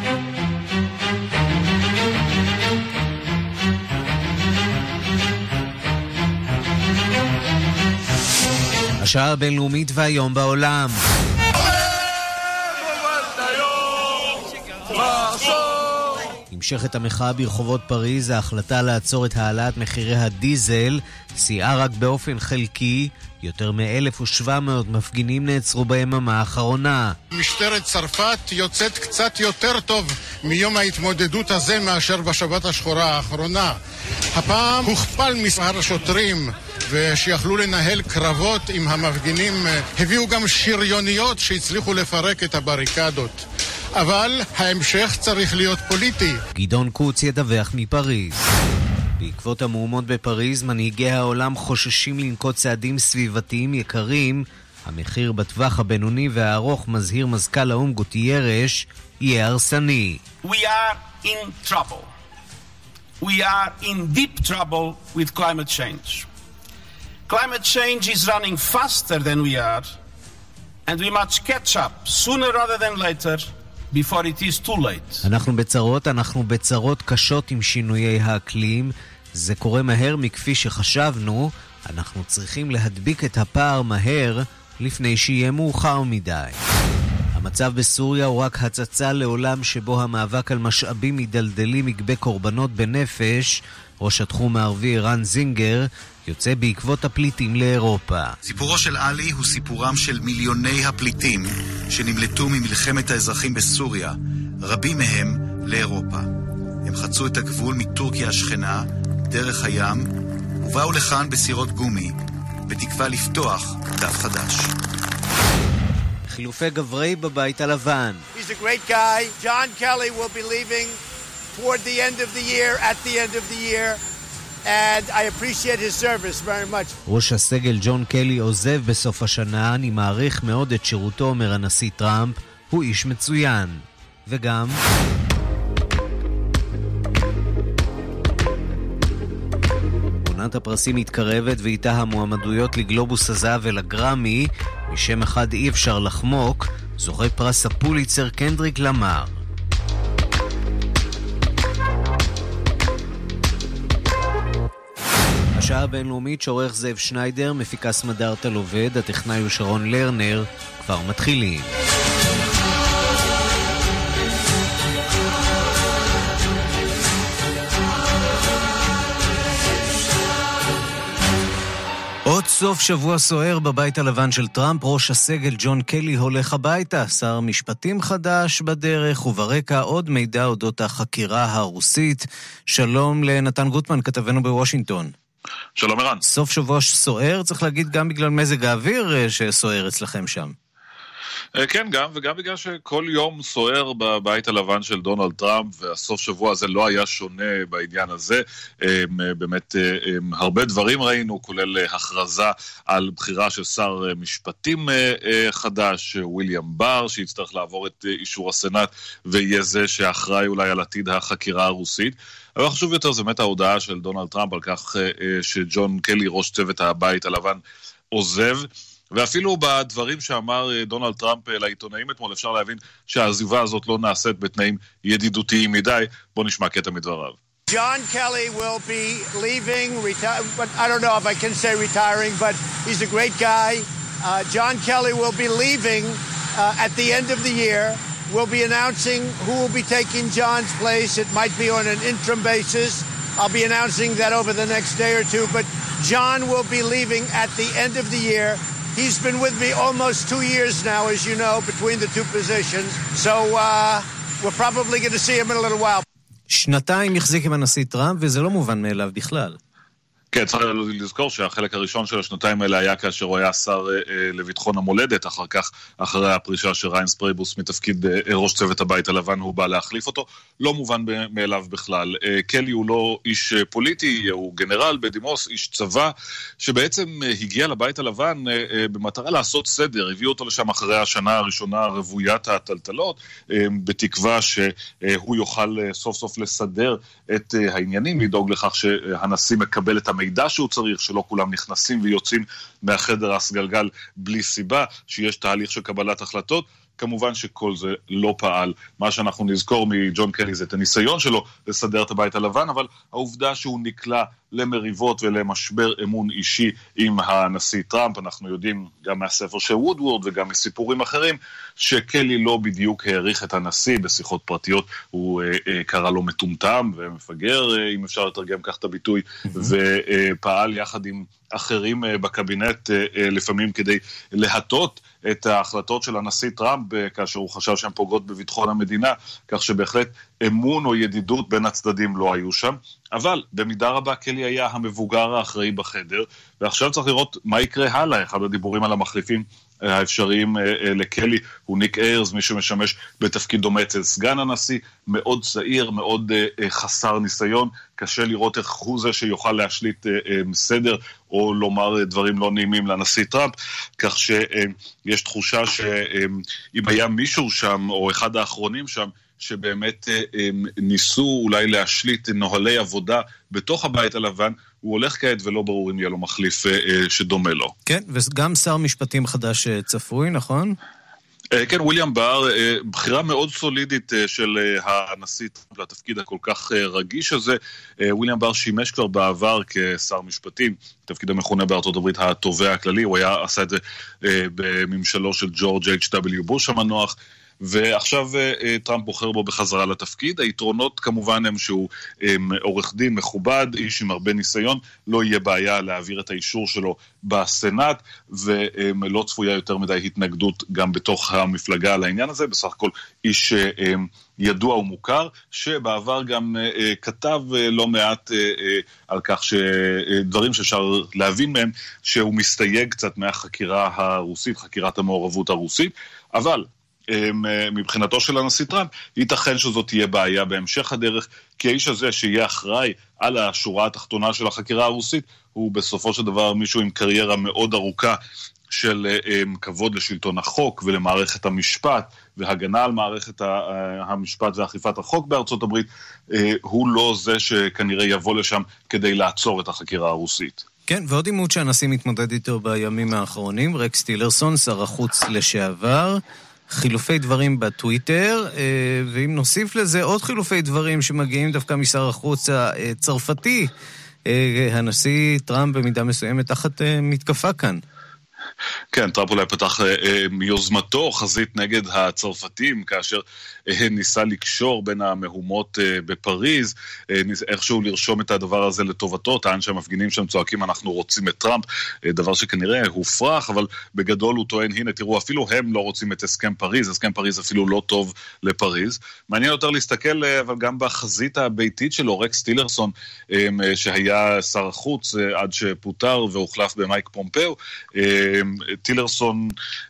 השעה הבינלאומית והיום בעולם. המשכת המחאה ברחובות פריז, ההחלטה לעצור את העלאת מחירי הדיזל סייעה רק באופן חלקי. יותר מ-1,700 מפגינים נעצרו ביממה האחרונה. משטרת צרפת יוצאת קצת יותר טוב מיום ההתמודדות הזה מאשר בשבת השחורה האחרונה. הפעם הוכפל מספר השוטרים ושיכלו לנהל קרבות עם המפגינים. הביאו גם שריוניות שהצליחו לפרק את הבריקדות. אבל ההמשך צריך להיות פוליטי. גדעון קוץ ידווח מפריז. בעקבות המהומות בפריז, מנהיגי העולם חוששים לנקוט צעדים סביבתיים יקרים. המחיר בטווח הבינוני והארוך, מזהיר מזכ"ל האו"ם גוטיירש, יהיה הרסני. We are in trouble. We are in deep trouble with climate change. Climate change is running faster than we are, and we must catch up sooner rather than later. Before it is too late. אנחנו בצרות קשות עם שינויי האקלים. זה קורה מהר מכפי שחשבנו. אנחנו צריכים להדביק את הפער מהר לפני שיהיה מאוחר מדי. המצב בסוריה הוא רק הצצה לעולם שבו המאבק על משאבים מדלדלים יגבה קורבנות בנפש. ראש התחום הערבי ערן זינגר יוצא בעקבות הפליטים לאירופה. סיפורו של עלי הוא סיפורם של מיליוני הפליטים שנמלטו ממלחמת האזרחים בסוריה, רבים מהם לאירופה. הם חצו את הגבול מטורקיה השכנה, דרך הים, ובאו לכאן בסירות גומי, בתקווה לפתוח דף חדש. חילופי גברי בבית הלבן. He's a great guy. John Kelly will be leaving toward the end of the year, at the end of the year. And I appreciate his service very much. ראש הסגל ג'ון קלי עוזב בסוף השנה. אני מעריך מאוד את שירותו, אומר הנשיא טראמפ. הוא איש מצוין. וגם עונת הפרסים מתקרבת, ואיתה המועמדויות לגלובוס הזהב ולגרמי. משם אחד אי אפשר לחמוק, זוכה פרס הפוליצר קנדריק למר. השעה הבינלאומית שעורך זאב שניידר, מפיקה סמדארטה לובד, הטכנאי הוא שרון לרנר. כבר מתחילים. עוד סוף שבוע סוער בבית הלבן של טראמפ. ראש הסגל ג'ון קלי הולך הביתה, שר משפטים חדש בדרך, וברקע עוד מידע אודות החקירה הרוסית. שלום לנתן גוטמן, כתבנו בוושינגטון. שלום ערן. סוף שבוע סוער, צריך להגיד גם בגלל מזג האוויר שסוער אצלכם שם. כן, גם, וגם בגלל שכל יום סוער בבית הלבן של דונלד טראמפ, והסוף שבוע הזה לא היה שונה בעניין הזה. באמת הרבה דברים ראינו, כולל הכרזה על בחירה של שר משפטים חדש, וויליאם בר, שיצטרך לעבור את אישור הסנאט, ויהיה זה שאחראי אולי על עתיד החקירה הרוסית. אבל חשוב יותר זה באמת ההודעה של דונלד טראמפ על כך שג'ון קלי, ראש צוות הבית הלבן, עוזב. ואפילו בדברים שאמר דונלד טראמפ לעיתונאים אתמול, אפשר להבין שהעזיבה הזאת לא נעשית בתנאים ידידותיים מדי. בוא נשמע קטע מדבריו. John Kelly will be leaving, but I don't know if I can say retiring, but he's a great guy. John Kelly will be leaving at the end of the year. We'll be announcing who will be taking John's place. It might be on an interim basis. I'll be announcing that over the next day or two, but John will be leaving at the end of the year. He's been with me almost 2 years now, as you know, between the two positions. So we're probably going to see him in a little while. שנתיים יחזיק עם הנשיא טראמפ, וזה לא מובן מאליו בכלל. כן, צריך לזכור שהחלק הראשון של השנתיים האלה היה כאשר הוא היה שר לביטחון המולדת, אחר כך, אחרי הפרישה של ריינס פרייבוס מתפקיד ראש צוות הבית הלבן, הוא בא להחליף אותו, לא מובן מאליו בכלל. קלי הוא לא איש פוליטי, הוא גנרל בדימוס, איש צבא, שבעצם הגיע לבית הלבן במטרה לעשות סדר, הביאו אותו לשם אחרי השנה הראשונה רוויית הטלטלות, בתקווה שהוא יוכל סוף סוף לסדר את העניינים, לדאוג לכך שהנשיא מקבל את המידע שהוא צריך, שלא כולם נכנסים ויוצאים מהחדר הסגלגל בלי סיבה, שיש תהליך של קבלת החלטות, כמובן שכל זה לא פעל. מה שאנחנו נזכור מג'ון קלי זה את הניסיון שלו לסדר את הבית הלבן, אבל העובדה שהוא נקלע למריבות ולמשבר אמון אישי עם הנשיא טראמפ, אנחנו יודעים גם מהספר של וודוורד וגם מסיפורים אחרים, שקלי לא בדיוק העריך את הנשיא בשיחות פרטיות, הוא קרא לו מטומטם ומפגר, אם אפשר לתרגם כך את הביטוי, ופעל יחד עם אחרים בקבינט לפעמים כדי להטות את ההחלטות של הנשיא טראמפ כאשר הוא חשב שהן פוגעות בביטחון המדינה, כך שבהחלט אמון או ידידות בין הצדדים לא היו שם, אבל במידה רבה קלי היה המבוגר האחראי בחדר, ועכשיו צריך לראות מה יקרה הלאה. אחד הדיבורים על המחליפים האפשריים לקלי הוא ניק איירס, מי שמשמש בתפקיד דומה אצל סגן הנשיא, מאוד צעיר, מאוד חסר ניסיון, קשה לראות איך הוא זה שיוכל להשליט סדר או לומר דברים לא נעימים לנשיא טראמפ, כך שיש תחושה שאם היה מישהו שם או אחד האחרונים שם שבאמת ניסו אולי להשליט נוהלי עבודה בתוך הבית הלבן, הוא הולך כעת ולא ברור אם יהיה לו מחליף שדומה לו. כן, וגם שר משפטים חדש צפוי, נכון? כן, וויליאם בר, בחירה מאוד סולידית של הנשיא טראמפ לתפקיד הכל כך רגיש הזה. וויליאם בר שימש כבר בעבר כשר משפטים, תפקיד המכונה בארצות הברית התובע הכללי, הוא עשה את זה בממשלו של ג'ורג' H.W. בוש המנוח, ועכשיו טראמפ בוחר בו בחזרה לתפקיד. היתרונות כמובן הם שהוא עורך דין מכובד, איש עם הרבה ניסיון, לא יהיה בעיה להעביר את האישור שלו בסנאט, ולא צפויה יותר מדי התנגדות גם בתוך המפלגה על העניין הזה. בסך הכל איש ידוע ומוכר, שבעבר גם כתב לא מעט על כך שדברים שאפשר להבין מהם, שהוא מסתייג קצת מהחקירה הרוסית, חקירת המעורבות הרוסית, אבל מבחינתו של הנשיא טראמפ, ייתכן שזאת תהיה בעיה בהמשך הדרך, כי האיש הזה שיהיה אחראי על השורה התחתונה של החקירה הרוסית, הוא בסופו של דבר מישהו עם קריירה מאוד ארוכה של כבוד לשלטון החוק ולמערכת המשפט, והגנה על מערכת המשפט ואכיפת החוק בארצות הברית, הוא לא זה שכנראה יבוא לשם כדי לעצור את החקירה הרוסית. כן, ועוד עימות שהנשיא מתמודד איתו בימים האחרונים, רקס טילרסון, שר החוץ לשעבר, חילופי דברים בטוויטר, ואם נוסיף לזה עוד חילופי דברים שמגיעים דווקא משר החוץ הצרפתי, הנשיא טראמפ במידה מסוימת תחת מתקפה כאן. כן, טראמפ אולי פתח מיוזמתו חזית נגד הצרפתים, כאשר ניסה לקשור בין המהומות בפריז, איכשהו לרשום את הדבר הזה לטובתו, טען שהמפגינים שם צועקים אנחנו רוצים את טראמפ, דבר שכנראה הופרך, אבל בגדול הוא טוען, הנה תראו, אפילו הם לא רוצים את הסכם פריז, הסכם פריז אפילו לא טוב לפריז. מעניין יותר להסתכל, אבל גם בחזית הביתית שלו, רקס טילרסון, שהיה שר החוץ עד שפוטר והוחלף במייק פומפאו, טילרסון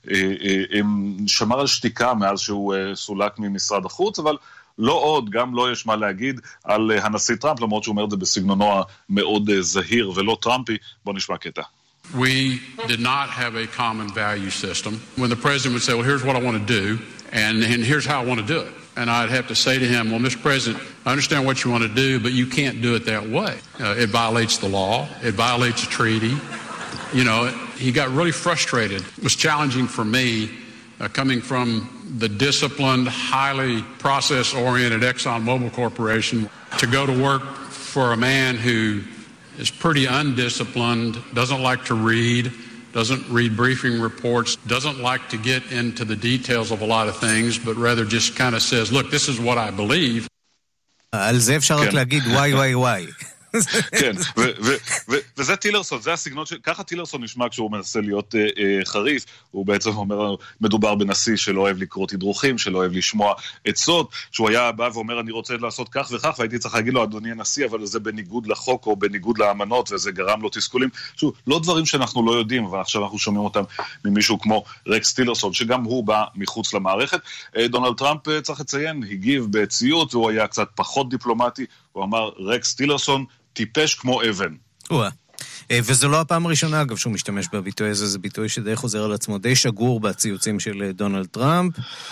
שמר על שתיקה מאז שהוא סולק ממשרד החוץ, אבל לא עוד, גם לא יש מה להגיד על הנשיא טראמפ, למרות שהוא אומר את זה בסגנונו המאוד זהיר ולא טראמפי. בוא נשמע קטע. We did not have a common value system. When the president would say, well, here's what I want to do, and here's how I want to do it. And I'd have to say to him, well, Mr. President, I understand what you want to do, but you can't do it that way. It violates the law. It violates a treaty. You know, he got really frustrated. It was challenging for me, coming from the disciplined, highly process-oriented ExxonMobil Corporation, to go to work for a man who is pretty undisciplined, doesn't like to read, doesn't read briefing reports, doesn't like to get into the details of a lot of things, but rather just kind of says, look, this is what I believe. על זה אפשר רק להגיד וואי וואי וואי. כן, וזה טילרסון, זה הסגנון, ככה טילרסון נשמע כשהוא מנסה להיות חריף, הוא בעצם אומר לנו, מדובר בנשיא שלא אוהב לקרוא תדרוכים, שלא אוהב לשמוע עצות, שהוא היה בא ואומר אני רוצה לעשות כך וכך, והייתי צריך להגיד לו אדוני הנשיא, אבל זה בניגוד לחוק או בניגוד לאמנות, וזה גרם לו תסכולים, שוב, לא דברים שאנחנו לא יודעים, ועכשיו אנחנו שומעים אותם ממישהו כמו רקס טילרסון, שגם הוא בא מחוץ למערכת. דונלד טראמפ, צריך לציין, הגיב בציוט, והוא היה קצת פחות דיפלומטי, הוא אמר רקס טילרסון טיפש כמו אבן. וזו לא הפעם הראשונה, אגב, שהוא משתמש בביטוי הזה, זה ביטוי שדי חוזר על עצמו, די שגור בציוצים של דונלד טראמפ.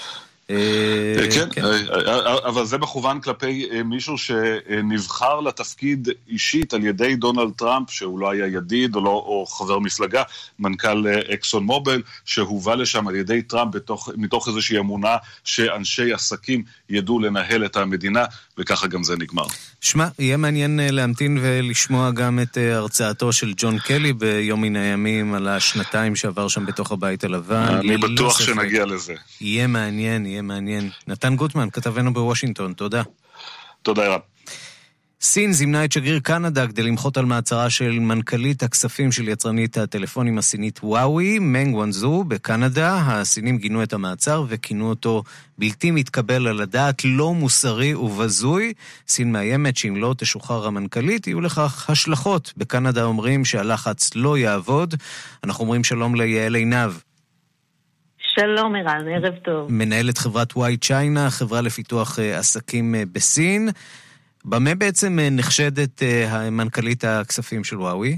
כן, אבל זה מכוון כלפי מישהו שנבחר לתפקיד אישית על ידי דונלד טראמפ, שהוא לא היה ידיד או חבר מפלגה, מנכ"ל אקסון מוביל, שהובא לשם על ידי טראמפ מתוך איזושהי אמונה שאנשי עסקים ידעו לנהל את המדינה, וככה גם זה נגמר. שמע, יהיה מעניין להמתין ולשמוע גם את הרצאתו של ג'ון קלי ביום מן הימים על השנתיים שעבר שם בתוך הבית הלבן. אני בטוח שנגיע לזה. יהיה מעניין, יהיה מעניין. נתן גוטמן, כתבנו בוושינגטון, תודה. תודה רב. סין זימנה את שגריר קנדה כדי למחות על מעצרה של מנכ"לית הכספים של יצרנית הטלפונים הסינית וואוי, מנג וונזו, בקנדה. הסינים גינו את המעצר וכינו אותו בלתי מתקבל על הדעת, לא מוסרי ובזוי. סין מאיימת שאם לא תשוחרר המנכ"לית, יהיו לכך השלכות. בקנדה אומרים שהלחץ לא יעבוד. אנחנו אומרים שלום ליעל עינב. שלום ערן, ערב טוב. מנהלת חברת וואי צ'יינה, חברה לפיתוח עסקים בסין. במה בעצם נחשדת מנכ"לית הכספים של וואוי?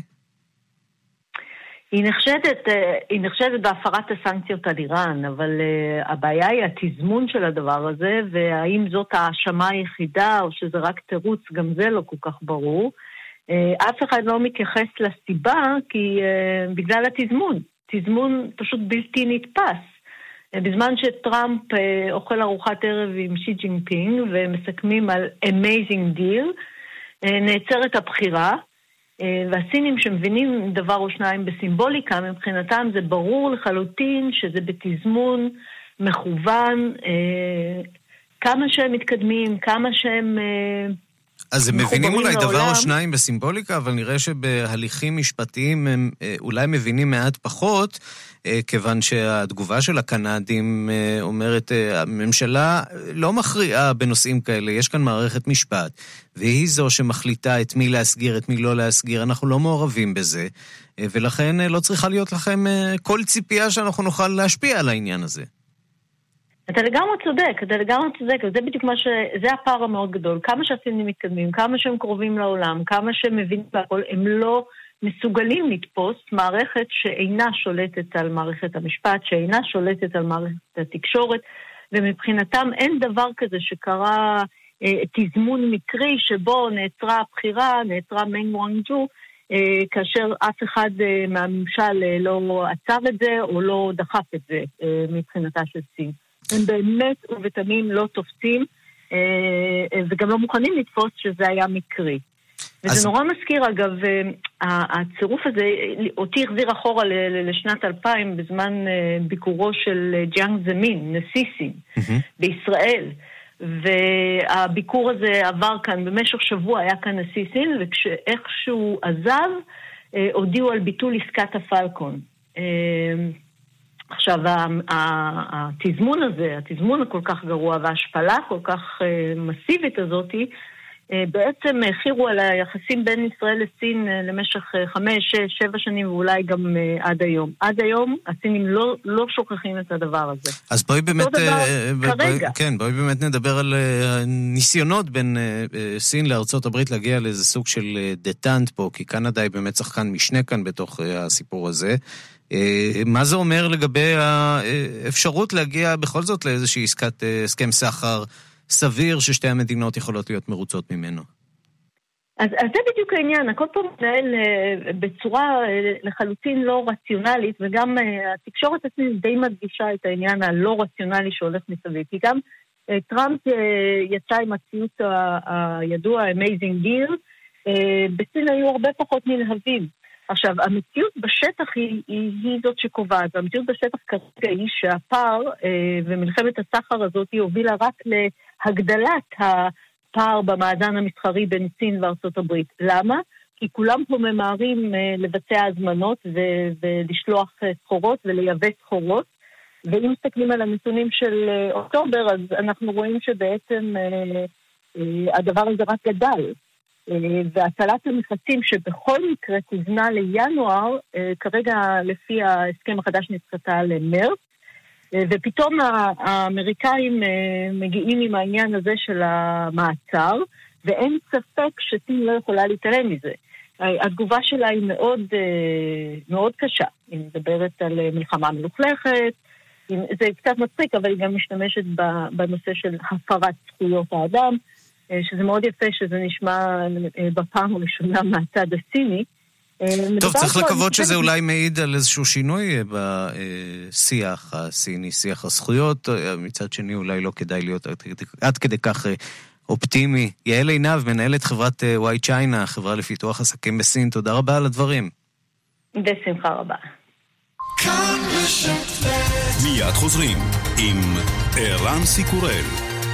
היא נחשדת בהפרת הסנקציות על איראן, אבל הבעיה היא התזמון של הדבר הזה, והאם זאת האשמה היחידה או שזה רק תירוץ, גם זה לא כל כך ברור. אף אחד לא מתייחס לסיבה, כי בגלל התזמון. תזמון פשוט בלתי נתפס. בזמן שטראמפ אוכל ארוחת ערב עם שי ג'ינפינג ומסכמים על amazing deal, נעצרת הבחירה, והסינים שמבינים דבר או שניים בסימבוליקה, מבחינתם זה ברור לחלוטין שזה בתזמון מכוון, כמה שהם מתקדמים, כמה שהם אז הם מבינים אולי דבר או שניים בסימבוליקה, אבל נראה שבהליכים משפטיים הם אולי מבינים מעט פחות, כיוון שהתגובה של הקנדים אומרת, הממשלה לא מכריעה בנושאים כאלה, יש כאן מערכת משפט, והיא זו שמחליטה את מי להסגיר, את מי לא להסגיר, אנחנו לא מעורבים בזה, ולכן לא צריכה להיות לכם כל ציפייה שאנחנו נוכל להשפיע על העניין הזה. אתה לגמרי צודק, וזה בדיוק זה הפער המאוד גדול. כמה שהסינים מתקדמים, כמה שהם קרובים לעולם, כמה שהם מבינים בהכל, הם לא מסוגלים לתפוס מערכת שאינה שולטת על מערכת המשפט, שאינה שולטת על מערכת התקשורת, ומבחינתם אין דבר כזה שקרה תזמון מקרי שבו נעצרה הבחירה, נעצרה מנג וונג'ו, כאשר אף אחד מהממשל לא עצר את זה או לא דחף את זה מבחינתה של סין. הם באמת ובתמים לא תופסים, וגם לא מוכנים לתפוס שזה היה מקרי. וזה נורא מזכיר, אגב, הצירוף הזה, אותי החזיר אחורה לשנת 2000, בזמן ביקורו של ג'יאנג זמין, נשיא סין, בישראל. והביקור הזה עבר כאן, במשך שבוע היה כאן נשיא סין, וכשאיכשהו עזב, הודיעו על ביטול עסקת הפלקון. עכשיו, התזמון הזה, התזמון הכל כך גרוע, וההשפלה כל כך מסיבית הזאת, בעצם הכירו על היחסים בין ישראל לסין למשך 5, 6, 7 שנים, ואולי גם עד היום. עד היום, הסינים לא שוכחים את הדבר הזה. אז בואי באמת נדבר על ניסיונות בין סין לארצות הברית להגיע לאיזה סוג של דטנט פה, כי קנדה היא באמת שחקן משנה כאן בתוך הסיפור הזה. מה זה אומר לגבי האפשרות להגיע בכל זאת לאיזושהי עסקת הסכם סחר סביר ששתי המדינות יכולות להיות מרוצות ממנו? אז זה בדיוק העניין, הכל פה מתנהל בצורה לחלוטין לא רציונלית, וגם התקשורת הסינית די מדגישה את העניין הלא רציונלי שהולך מסביב, כי גם טראמפ יצא עם הציוץ הידוע, amazing deal, בסין היו הרבה פחות נלהבים. עכשיו, המציאות בשטח היא זאת שקובעת, והמציאות בשטח כרגע היא שהפער ומלחמת הסחר הזאת היא הובילה רק להגדלת הפער במאזן המסחרי בין סין וארצות הברית. למה? כי כולם פה ממהרים לבצע הזמנות ולשלוח סחורות ולייבא סחורות, ואם מסתכלים על הנתונים של אוקטובר, אז אנחנו רואים שבעצם הדבר הזה רק גדל. והצלת המכסים שבכל מקרה כוזנה לינואר, כרגע לפי ההסכם החדש נצחתה למרץ, ופתאום האמריקאים מגיעים עם העניין הזה של המעצר, ואין ספק שסין לא יכולה להתעלם מזה. התגובה שלה היא מאוד, מאוד קשה. היא מדברת על מלחמה מלוכלכת, זה קצת מצחיק, אבל היא גם משתמשת בנושא של הפרת זכויות האדם, שזה מאוד יפה שזה נשמע בפעם הראשונה מהצד הסיני. טוב, צריך לקוות שזה אולי מעיד על איזשהו שינוי בשיח הסיני, שיח הזכויות, מצד שני אולי לא כדאי להיות עד כדי כך אופטימי. יעל עינב, מנהלת חברת וואי צ'יינה, חברה לפיתוח עסקים בסין, תודה רבה על הדברים. בשמחה רבה. מיד חוזרים עם ערן סיקורל.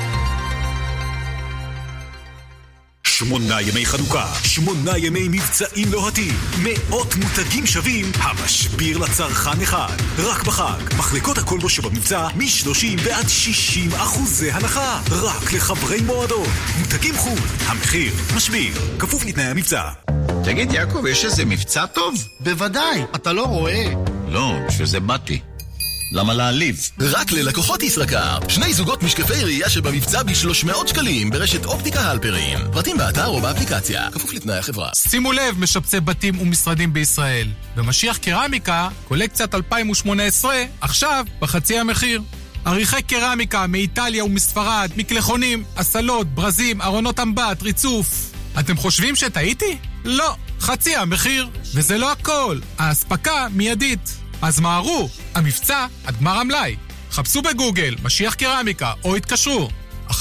8 ימי חנוכה, 8 ימי מבצעים לוהטים, מאות מותגים שווים, המשביר לצרכן אחד. רק בחג, מחלקות הכל בו שבמבצע, מ-30 ועד 60% הנחה. רק לחברי מועדון, מותגים חול, המחיר, משביר, כפוף לתנאי המבצע. תגיד יעקב, יש איזה מבצע טוב? בוודאי, אתה לא רואה. לא, שזה באתי. למה להעליב? רק ללקוחות ישראכרט, 2 זוגות משקפי ראייה שבמבצע ב-300 שקלים ברשת אופטיקה הלפרין. פרטים באתר או באפליקציה, כפוף לתנאי החברה. שימו לב, משפצי בתים ומשרדים בישראל. במשיח קרמיקה, קולקציית 2018, עכשיו בחצי המחיר. עריכי קרמיקה מאיטליה ומספרד, מקלחונים, אסלות, ברזים, ארונות אמבט, ריצוף. אתם חושבים שטעיתי? לא, חצי המחיר. וזה לא הכל, ההספקה מיידית. אז מהרו, המבצע עד גמר המלאי. חפשו בגוגל משיח קרמיקה או התקשרו 1-800-50-40-90.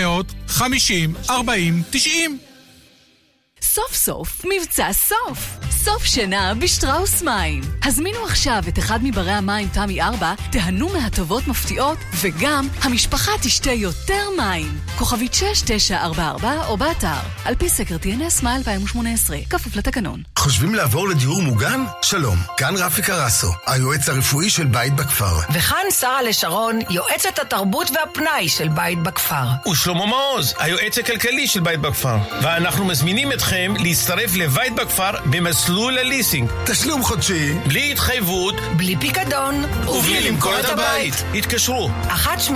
סוף סוף, מבצע סוף. סוף שנה בשטראוס מים. הזמינו עכשיו את אחד מברי המים תמי 4, תהנו מהטובות מפתיעות, וגם המשפחה תשתה יותר מים. כוכבית 6944 או באתר, על פי סקר TNS מאי 2018, כפוף לתקנון. חושבים לעבור לדיור מוגן? שלום, כאן רפי קרסו, היועץ הרפואי של בית בכפר. וכאן שרה לשרון, יועצת התרבות והפנאי של בית בכפר. ושלמה מעוז, היועץ הכלכלי של בית בכפר. ואנחנו מזמינים אתכם להצטרף לבית בכפר במסלול הליסינג. תשלום חודשי, בלי התחייבות, בלי פיקדון, ובלי למכור את הבית. התקשרו 1-800-30-70-70.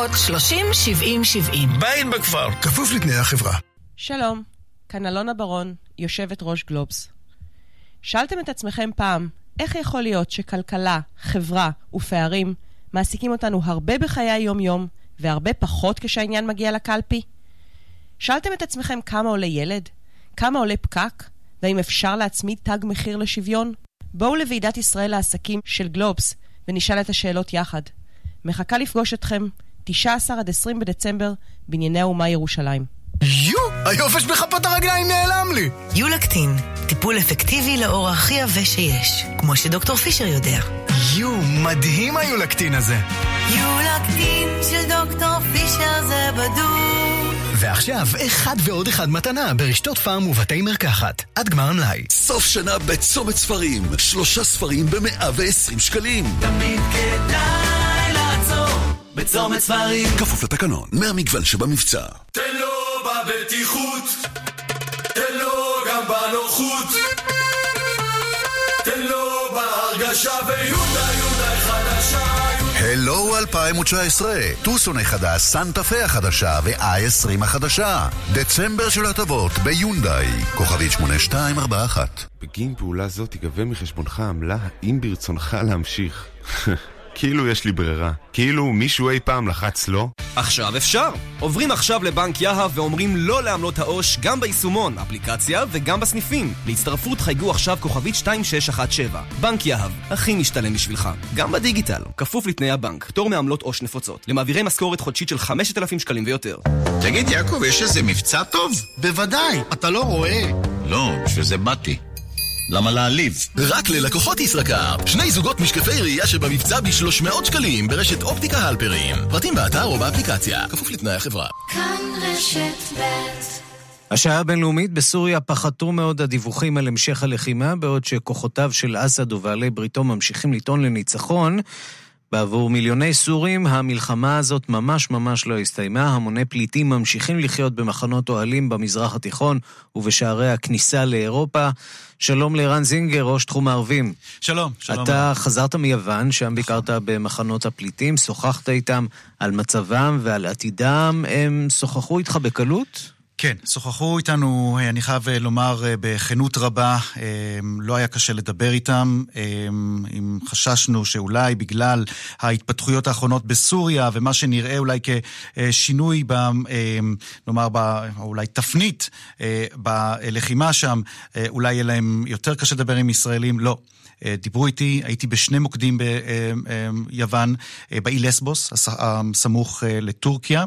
בית בכפר, כפוף לתנאי החברה. שלום, כאן אלונה ברון, יושבת ראש גלובס. שאלתם את עצמכם פעם, איך יכול להיות שכלכלה, חברה ופערים מעסיקים אותנו הרבה בחיי היום-יום והרבה פחות כשהעניין מגיע לקלפי? שאלתם את עצמכם כמה עולה ילד? כמה עולה פקק? והאם אפשר להצמיד תג מחיר לשוויון? בואו לוועידת ישראל לעסקים של גלובס ונשאל את השאלות יחד. מחכה לפגוש אתכם 19 עד 20 בדצמבר בנייני האומה ירושלים. היופש בכפות הרגליים נעלם לי. יולקטין, טיפול אפקטיבי לאור הכי יבש שיש, כמו שדוקטור פישר יודע. מדהים היולקטין הזה. יולקטין של דוקטור פישר זה בדוק. ועכשיו, 1 ועוד 1 מתנה ברשתות פארם ובתי מרקחת. עד גמר המלאי. סוף שנה בצומת ספרים, 3 ספרים ב120 שקלים. תמיד כדאי לעצור בצומת ספרים. כפוף לתקנון, מהמגוון שבמבצע. תן לו בבטיחות, תן לו גם בנוחות, תן לו בהרגשה ויונדאי חדשה. הלו 2019, טוסון החדש, סנטה פה החדשה ו-i20 החדשה. דצמבר של הטבות ביונדאי, כוכבית 8241. בגין פעולה זו תיגבה מחשבונך עמלה האם ברצונך להמשיך. כאילו יש לי ברירה. כאילו מישהו אי פעם לחץ לא. עכשיו אפשר. עוברים עכשיו לבנק יהב ואומרים לא לעמלות העו"ש גם ביישומון, אפליקציה וגם בסניפים. להצטרפות חייגו עכשיו כוכבית 2617. בנק יהב, הכי משתלם בשבילך. גם בדיגיטל, כפוף לתנאי הבנק. פטור מעמלות עו"ש נפוצות. למעבירי משכורת חודשית של 5,000 שקלים ויותר. תגיד יעקב, יש איזה מבצע טוב? בוודאי, אתה לא רואה. לא, שזה באתי. למה להעליב? רק ללקוחות ישראכרט, 2 זוגות משקפי ראייה שבמבצע ב-300 שקלים ברשת אופטיקה הלפרין. פרטים באתר או באפליקציה, כפוף לתנאי החברה. כאן רשת ב'. השעה הבינלאומית, בסוריה פחתו מאוד הדיווחים על המשך הלחימה, בעוד שכוחותיו של אסד ובעלי בריתו ממשיכים לטעון לניצחון. בעבור מיליוני סורים, המלחמה הזאת ממש לא הסתיימה. המוני פליטים ממשיכים לחיות במחנות אוהלים במזרח התיכון ובשערי הכניסה לאירופה. שלום לערן זינגר, ראש תחום הערבים. שלום. אתה חזרת מיוון, שם ביקרת במחנות הפליטים, שוחחת איתם על מצבם ועל עתידם. הם שוחחו איתך בקלות? כן, שוחחו איתנו, אני חייב לומר, בכנות רבה, לא היה קשה לדבר איתם, אם חששנו שאולי בגלל ההתפתחויות האחרונות בסוריה, ומה שנראה אולי כשינוי, נאמר, אולי תפנית בלחימה שם, אולי יהיה להם יותר קשה לדבר עם ישראלים, לא. דיברו איתי, הייתי בשני מוקדים ביוון, באי לסבוס, סמוך לטורקיה,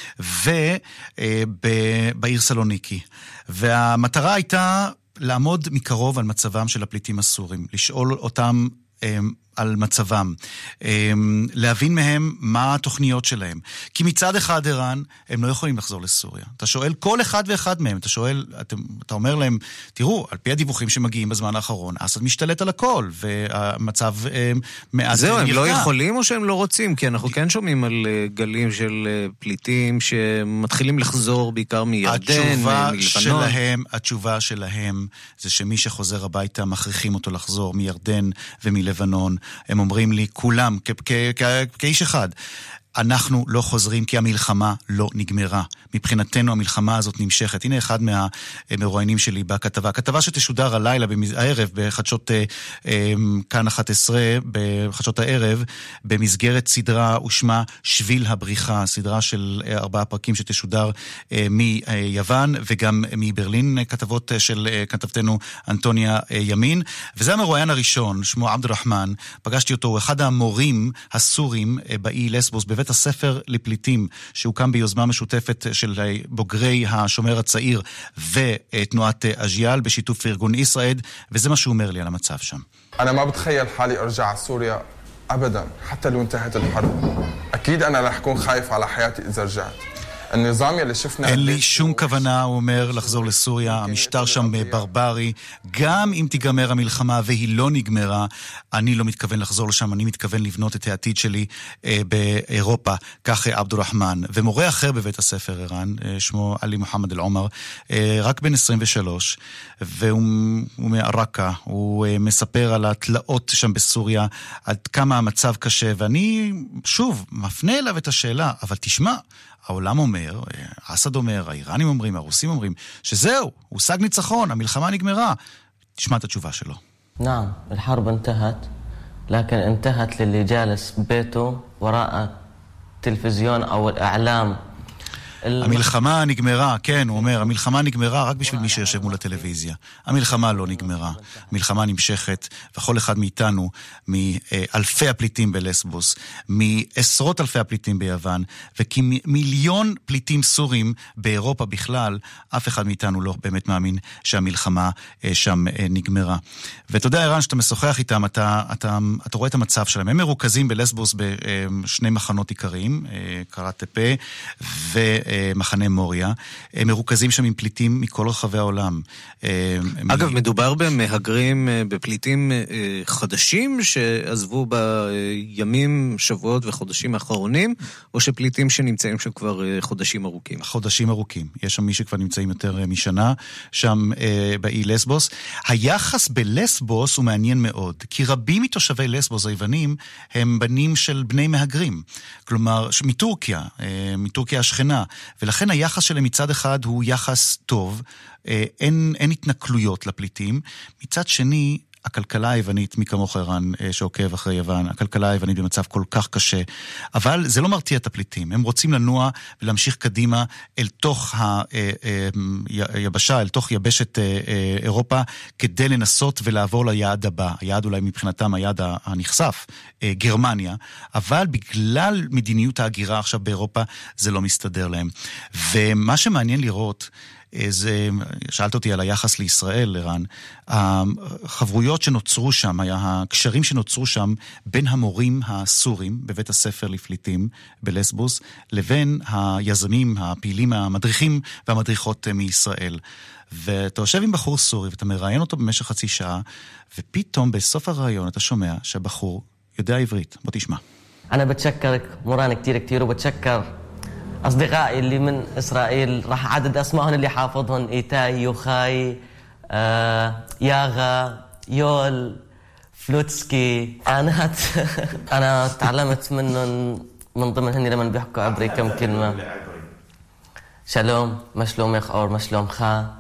ובעיר סלוניקי. והמטרה הייתה לעמוד מקרוב על מצבם של הפליטים הסורים, לשאול אותם על מצבם, להבין מהם מה התוכניות שלהם. כי מצד אחד, ערן, הם לא יכולים לחזור לסוריה. אתה שואל כל אחד ואחד מהם, אתה אומר להם, תראו, על פי הדיווחים שמגיעים בזמן האחרון, אסד משתלט על הכל, והמצב מעט זהו, הם לא יכולים או שהם לא רוצים? כי אנחנו כן שומעים על גלים של פליטים שמתחילים לחזור בעיקר מירדן, מלבנון. התשובה שלהם זה שמי שחוזר הביתה מכריחים אותו לחזור מירדן ומלבנון. הם אומרים לי, כולם, כאיש אחד, אנחנו לא חוזרים כי המלחמה לא נגמרה. מבחינתנו המלחמה הזאת נמשכת. הנה אחד מהמרואיינים שלי בכתבה. הכתבה שתשודר הלילה, הערב, בחדשות כאן 11, בחדשות הערב, במסגרת סדרה ושמה שביל הבריחה, סדרה של 4 פרקים שתשודר מיוון וגם מברלין, כתבות של כתבתנו אנטוניה ימין. וזה המרואיין הראשון, שמו עבד רחמן. פגשתי אותו, הוא אחד המורים הסורים באי לסבוס, בבית הספר לפליטים, שהוקם ביוזמה משותפת של בוגרי השומר הצעיר ותנועת אג'יאל בשיתוף ארגון ישראל, וזה מה שהוא אומר לי על המצב שם. أنا ما بتخيل حالي أرجع على سوريا أبدا حتى لو انتهت الحرب. أكيد أنا رح أكون خايف على حياتي إذا رجعت. אין לי שום כוונה, הוא אומר, לחזור לסוריה, המשטר שם ברברי, גם אם תיגמר המלחמה והיא לא נגמרה, אני לא מתכוון לחזור לשם, אני מתכוון לבנות את העתיד שלי באירופה, כך עבד רחמן. ומורה אחר בבית הספר, ערן, שמו עלי מוחמד אל-עומר, רק בן 23, והוא מערקה, הוא מספר על התלאות שם בסוריה, עד כמה המצב קשה, ואני שוב מפנה אליו את השאלה, אבל תשמע, העולם אומר, אסד אומר, האיראנים אומרים, הרוסים אומרים, שזהו, הושג ניצחון, המלחמה נגמרה. תשמע את התשובה שלו. نعم, الحرب انتهت, لكن انتهت للي جالس ببيته وراء التلفزيون أو الإعلام. המלחמה נגמרה, כן, הוא אומר, המלחמה נגמרה רק בשביל מי שיושב מול הטלוויזיה. המלחמה לא נגמרה, המלחמה נמשכת, וכל אחד מאיתנו, מאלפי הפליטים בלסבוס, מעשרות אלפי הפליטים ביוון, וכמיליון פליטים סורים באירופה בכלל, אף אחד מאיתנו לא באמת מאמין שהמלחמה שם נגמרה. ואתה יודע, ערן, שאתה משוחח איתם, אתה רואה את המצב שלהם. הם מרוכזים בלסבוס בשני מחנות עיקריים, קרת טפה ומחנה מוריה, הם מרוכזים שם עם פליטים מכל רחבי העולם. אגב, מדובר במהגרים, בפליטים חדשים שעזבו בימים, שבועות וחודשים האחרונים, או שפליטים שנמצאים שם כבר חודשים ארוכים? חודשים ארוכים. יש שם מי שכבר נמצאים יותר משנה, שם באי לסבוס. היחס בלסבוס הוא מעניין מאוד, כי רבים מתושבי לסבוס היוונים הם בנים של בני מהגרים. כלומר, מטורקיה, מטורקיה השכנה, ולכן היחס שלהם מצד אחד הוא יחס טוב, אין התנכלויות לפליטים. מצד שני, הכלכלה היוונית, מי כמוך ערן שעוקב אחרי יוון, הכלכלה היוונית במצב כל כך קשה, אבל זה לא מרתיע את הפליטים. הם רוצים לנוע ולהמשיך קדימה אל תוך היבשה, אל תוך יבשת אירופה, כדי לנסות ולעבור ליעד הבא. היעד אולי מבחינתם היעד הנחשף, גרמניה, אבל בגלל מדיניות ההגירה עכשיו באירופה, זה לא מסתדר להם. ומה שמעניין לראות, שאלת אותי על היחס לישראל, ערן, החברויות שנוצרו שם, הקשרים שנוצרו שם בין המורים הסורים בבית הספר לפליטים בלסבוס, לבין היזמים, הפעילים, המדריכים והמדריכות מישראל. ואתה יושב עם בחור סורי ואתה מראיין אותו במשך חצי שעה, ופתאום בסוף הרעיון אתה שומע שהבחור יודע עברית. בוא תשמע. أنا بتشكرك مران كتير وبتشكر أصدقائي اللي من إسرائيل راح عدد أسمائهم اللي حافظهم إيتاي يوخاي ياغا يول فلوتسكي أنا تعلمت منهم من ضمن هني لما بيحكوا عبري كم كلمة שלום, מה שלומך אור, מה שלומך?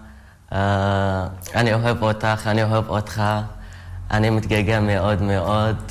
אני אוהב אותך, אני אוהב אותך. אני מתגעגע מאוד מאוד.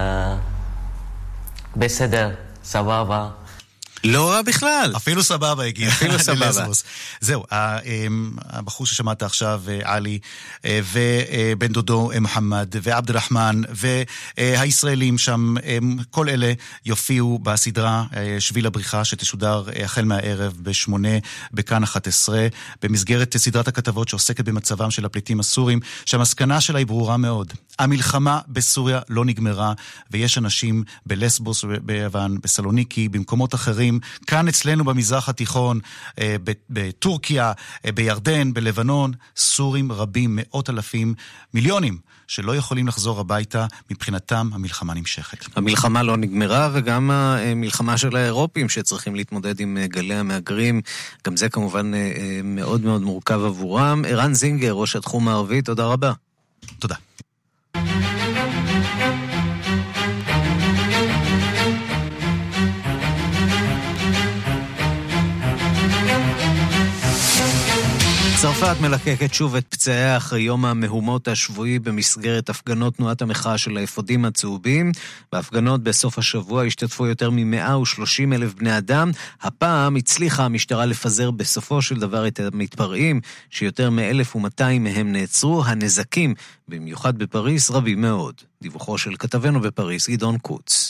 בסדר, סבבה. לא רע בכלל. אפילו סבבה הגיע. אפילו סבבה. זהו, הבחור ששמעת עכשיו, עלי, ובן דודו מוחמד, ועבד הרחמן, והישראלים שם, כל אלה יופיעו בסדרה שביל הבריחה, שתשודר החל מהערב ב8 בכאן 11, במסגרת סדרת הכתבות שעוסקת במצבם של הפליטים הסורים, שהמסקנה שלה היא ברורה מאוד. המלחמה בסוריה לא נגמרה, ויש אנשים בלסבוס, ביוון, בסלוניקי, במקומות אחרים, כאן אצלנו במזרח התיכון, בטורקיה, בירדן, בלבנון, סורים רבים, מאות אלפים, מיליונים, שלא יכולים לחזור הביתה, מבחינתם המלחמה נמשכת. המלחמה לא נגמרה, וגם המלחמה של האירופים שצריכים להתמודד עם גלי המהגרים, גם זה כמובן מאוד מאוד מורכב עבורם. ערן זינגר, ראש התחום הערבי, תודה רבה. תודה. צרפת מלקקת שוב את פצעיה אחרי יום המהומות השבועי במסגרת הפגנות תנועת המחאה של האפודים הצהובים. בהפגנות בסוף השבוע השתתפו יותר מ130,000 בני אדם. הפעם הצליחה המשטרה לפזר בסופו של דבר את המתפרעים, שיותר מ1,200 מהם נעצרו. הנזקים, במיוחד בפריס, רבים מאוד. דיווחו של כתבנו בפריס, גדעון קוץ.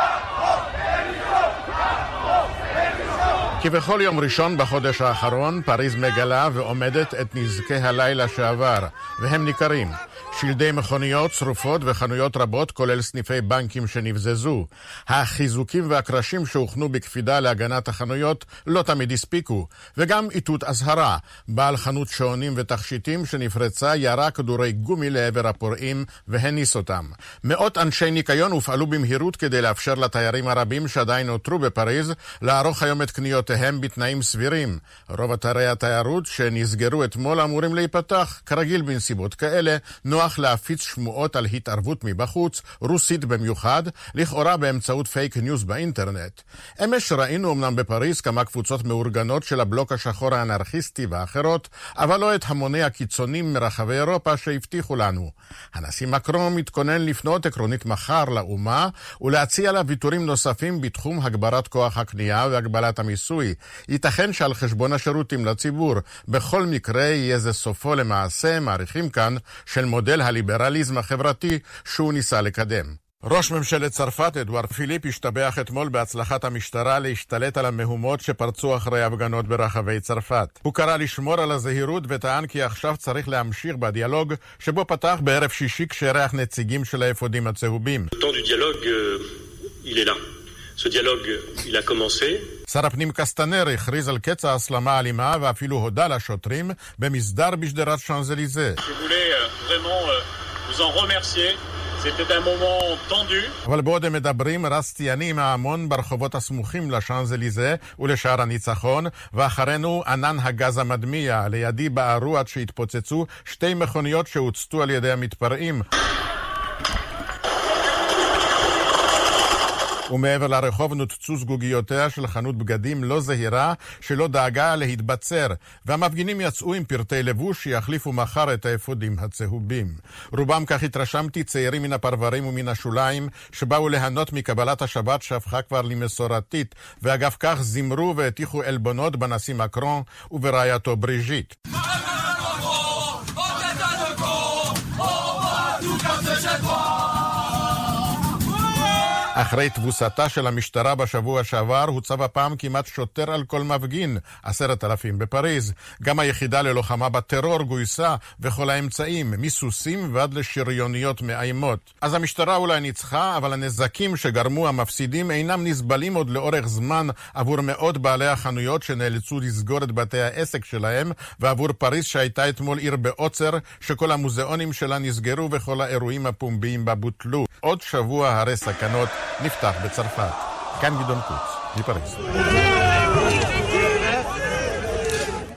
כבכל יום ראשון בחודש האחרון, פריז מגלה ועומדת את נזקי הלילה שעבר, והם ניכרים. שלדי מכוניות, שרופות וחנויות רבות, כולל סניפי בנקים שנבזזו. החיזוקים והקרשים שהוכנו בקפידה להגנת החנויות לא תמיד הספיקו, וגם איתות אזהרה. בעל חנות שעונים ותכשיטים שנפרצה ירה כדורי גומי לעבר הפורעים והניס אותם. מאות אנשי ניקיון הופעלו במהירות כדי לאפשר לתיירים הרבים שעדיין נותרו בפריז לערוך היום את קניותיהם בתנאים סבירים. רוב אתרי התיירות שנסגרו אתמול אמורים להיפתח, כרגיל בנסיבות כאלה, נוח להפיץ שמועות על התערבות מבחוץ, רוסית במיוחד, לכאורה באמצעות פייק ניוז באינטרנט. אמש ראינו אמנם בפריז כמה קבוצות מאורגנות של הבלוק השחור האנרכיסטי ואחרות, אבל לא את המוני הקיצונים מרחבי אירופה שהבטיחו לנו. הנשיא מקרון מתכונן לפנות עקרונית מחר לאומה, ולהציע לה ויתורים נוספים בתחום הגברת כוח הקנייה והגבלת המיסוי. ייתכן שעל חשבון השירותים לציבור. בכל מקרה יהיה זה סופו למעשה, מעריכים כאן, של מודל הליברליזם החברתי שהוא ניסה לקדם. ראש ממשלת צרפת, אדוארד פיליפ, השתבח אתמול בהצלחת המשטרה להשתלט על המהומות שפרצו אחרי הפגנות ברחבי צרפת. הוא קרא לשמור על הזהירות וטען כי עכשיו צריך להמשיך בדיאלוג שבו פתח בערב שישי כשארח נציגים של האפודים הצהובים. Ce dialogue, il a commencé. שר הפנים קסטנר הכריז על קץ ההסלמה האלימה ואפילו הודה לשוטרים במסדר בשדרת שאנזליזה. Je voulais vraiment vous en remercier. C'était un moment tendu. אבל בעוד הם מדברים, רץ ציני מההמון ברחובות הסמוכים לשאנזליזה ולשער הניצחון, ואחרינו ענן הגז המדמיע. לידי בערו עד שהתפוצצו שתי מכוניות שהוצתו על ידי המתפרעים. ומעבר לרחוב נוצצו זגוגיותיה של חנות בגדים לא זהירה שלא דאגה להתבצר, והמפגינים יצאו עם פרטי לבוש שיחליפו מחר את האפודים הצהובים. רובם, כך התרשמתי, צעירים מן הפרברים ומן השוליים שבאו ליהנות מקבלת השבת שהפכה כבר למסורתית, ואגב כך זמרו והטיחו אלבונות בנשיא מקרון וברעייתו בריז'יט. אחרי תבוסתה של המשטרה בשבוע שעבר, הוצב הפעם כמעט שוטר על כל מפגין, 10,000 בפריז. גם היחידה ללוחמה בטרור גויסה, וכל האמצעים, מסוסים ועד לשריוניות מאיימות. אז המשטרה אולי ניצחה, אבל הנזקים שגרמו המפסידים אינם נסבלים עוד לאורך זמן עבור מאות בעלי החנויות שנאלצו לסגור את בתי העסק שלהם, ועבור פריז שהייתה אתמול עיר בעוצר, שכל המוזיאונים שלה נסגרו וכל האירועים הפומביים בה בוטלו. עוד שבוע הרי סכנות נפתח בצרפת. כאן גדעון קוץ, מפריז.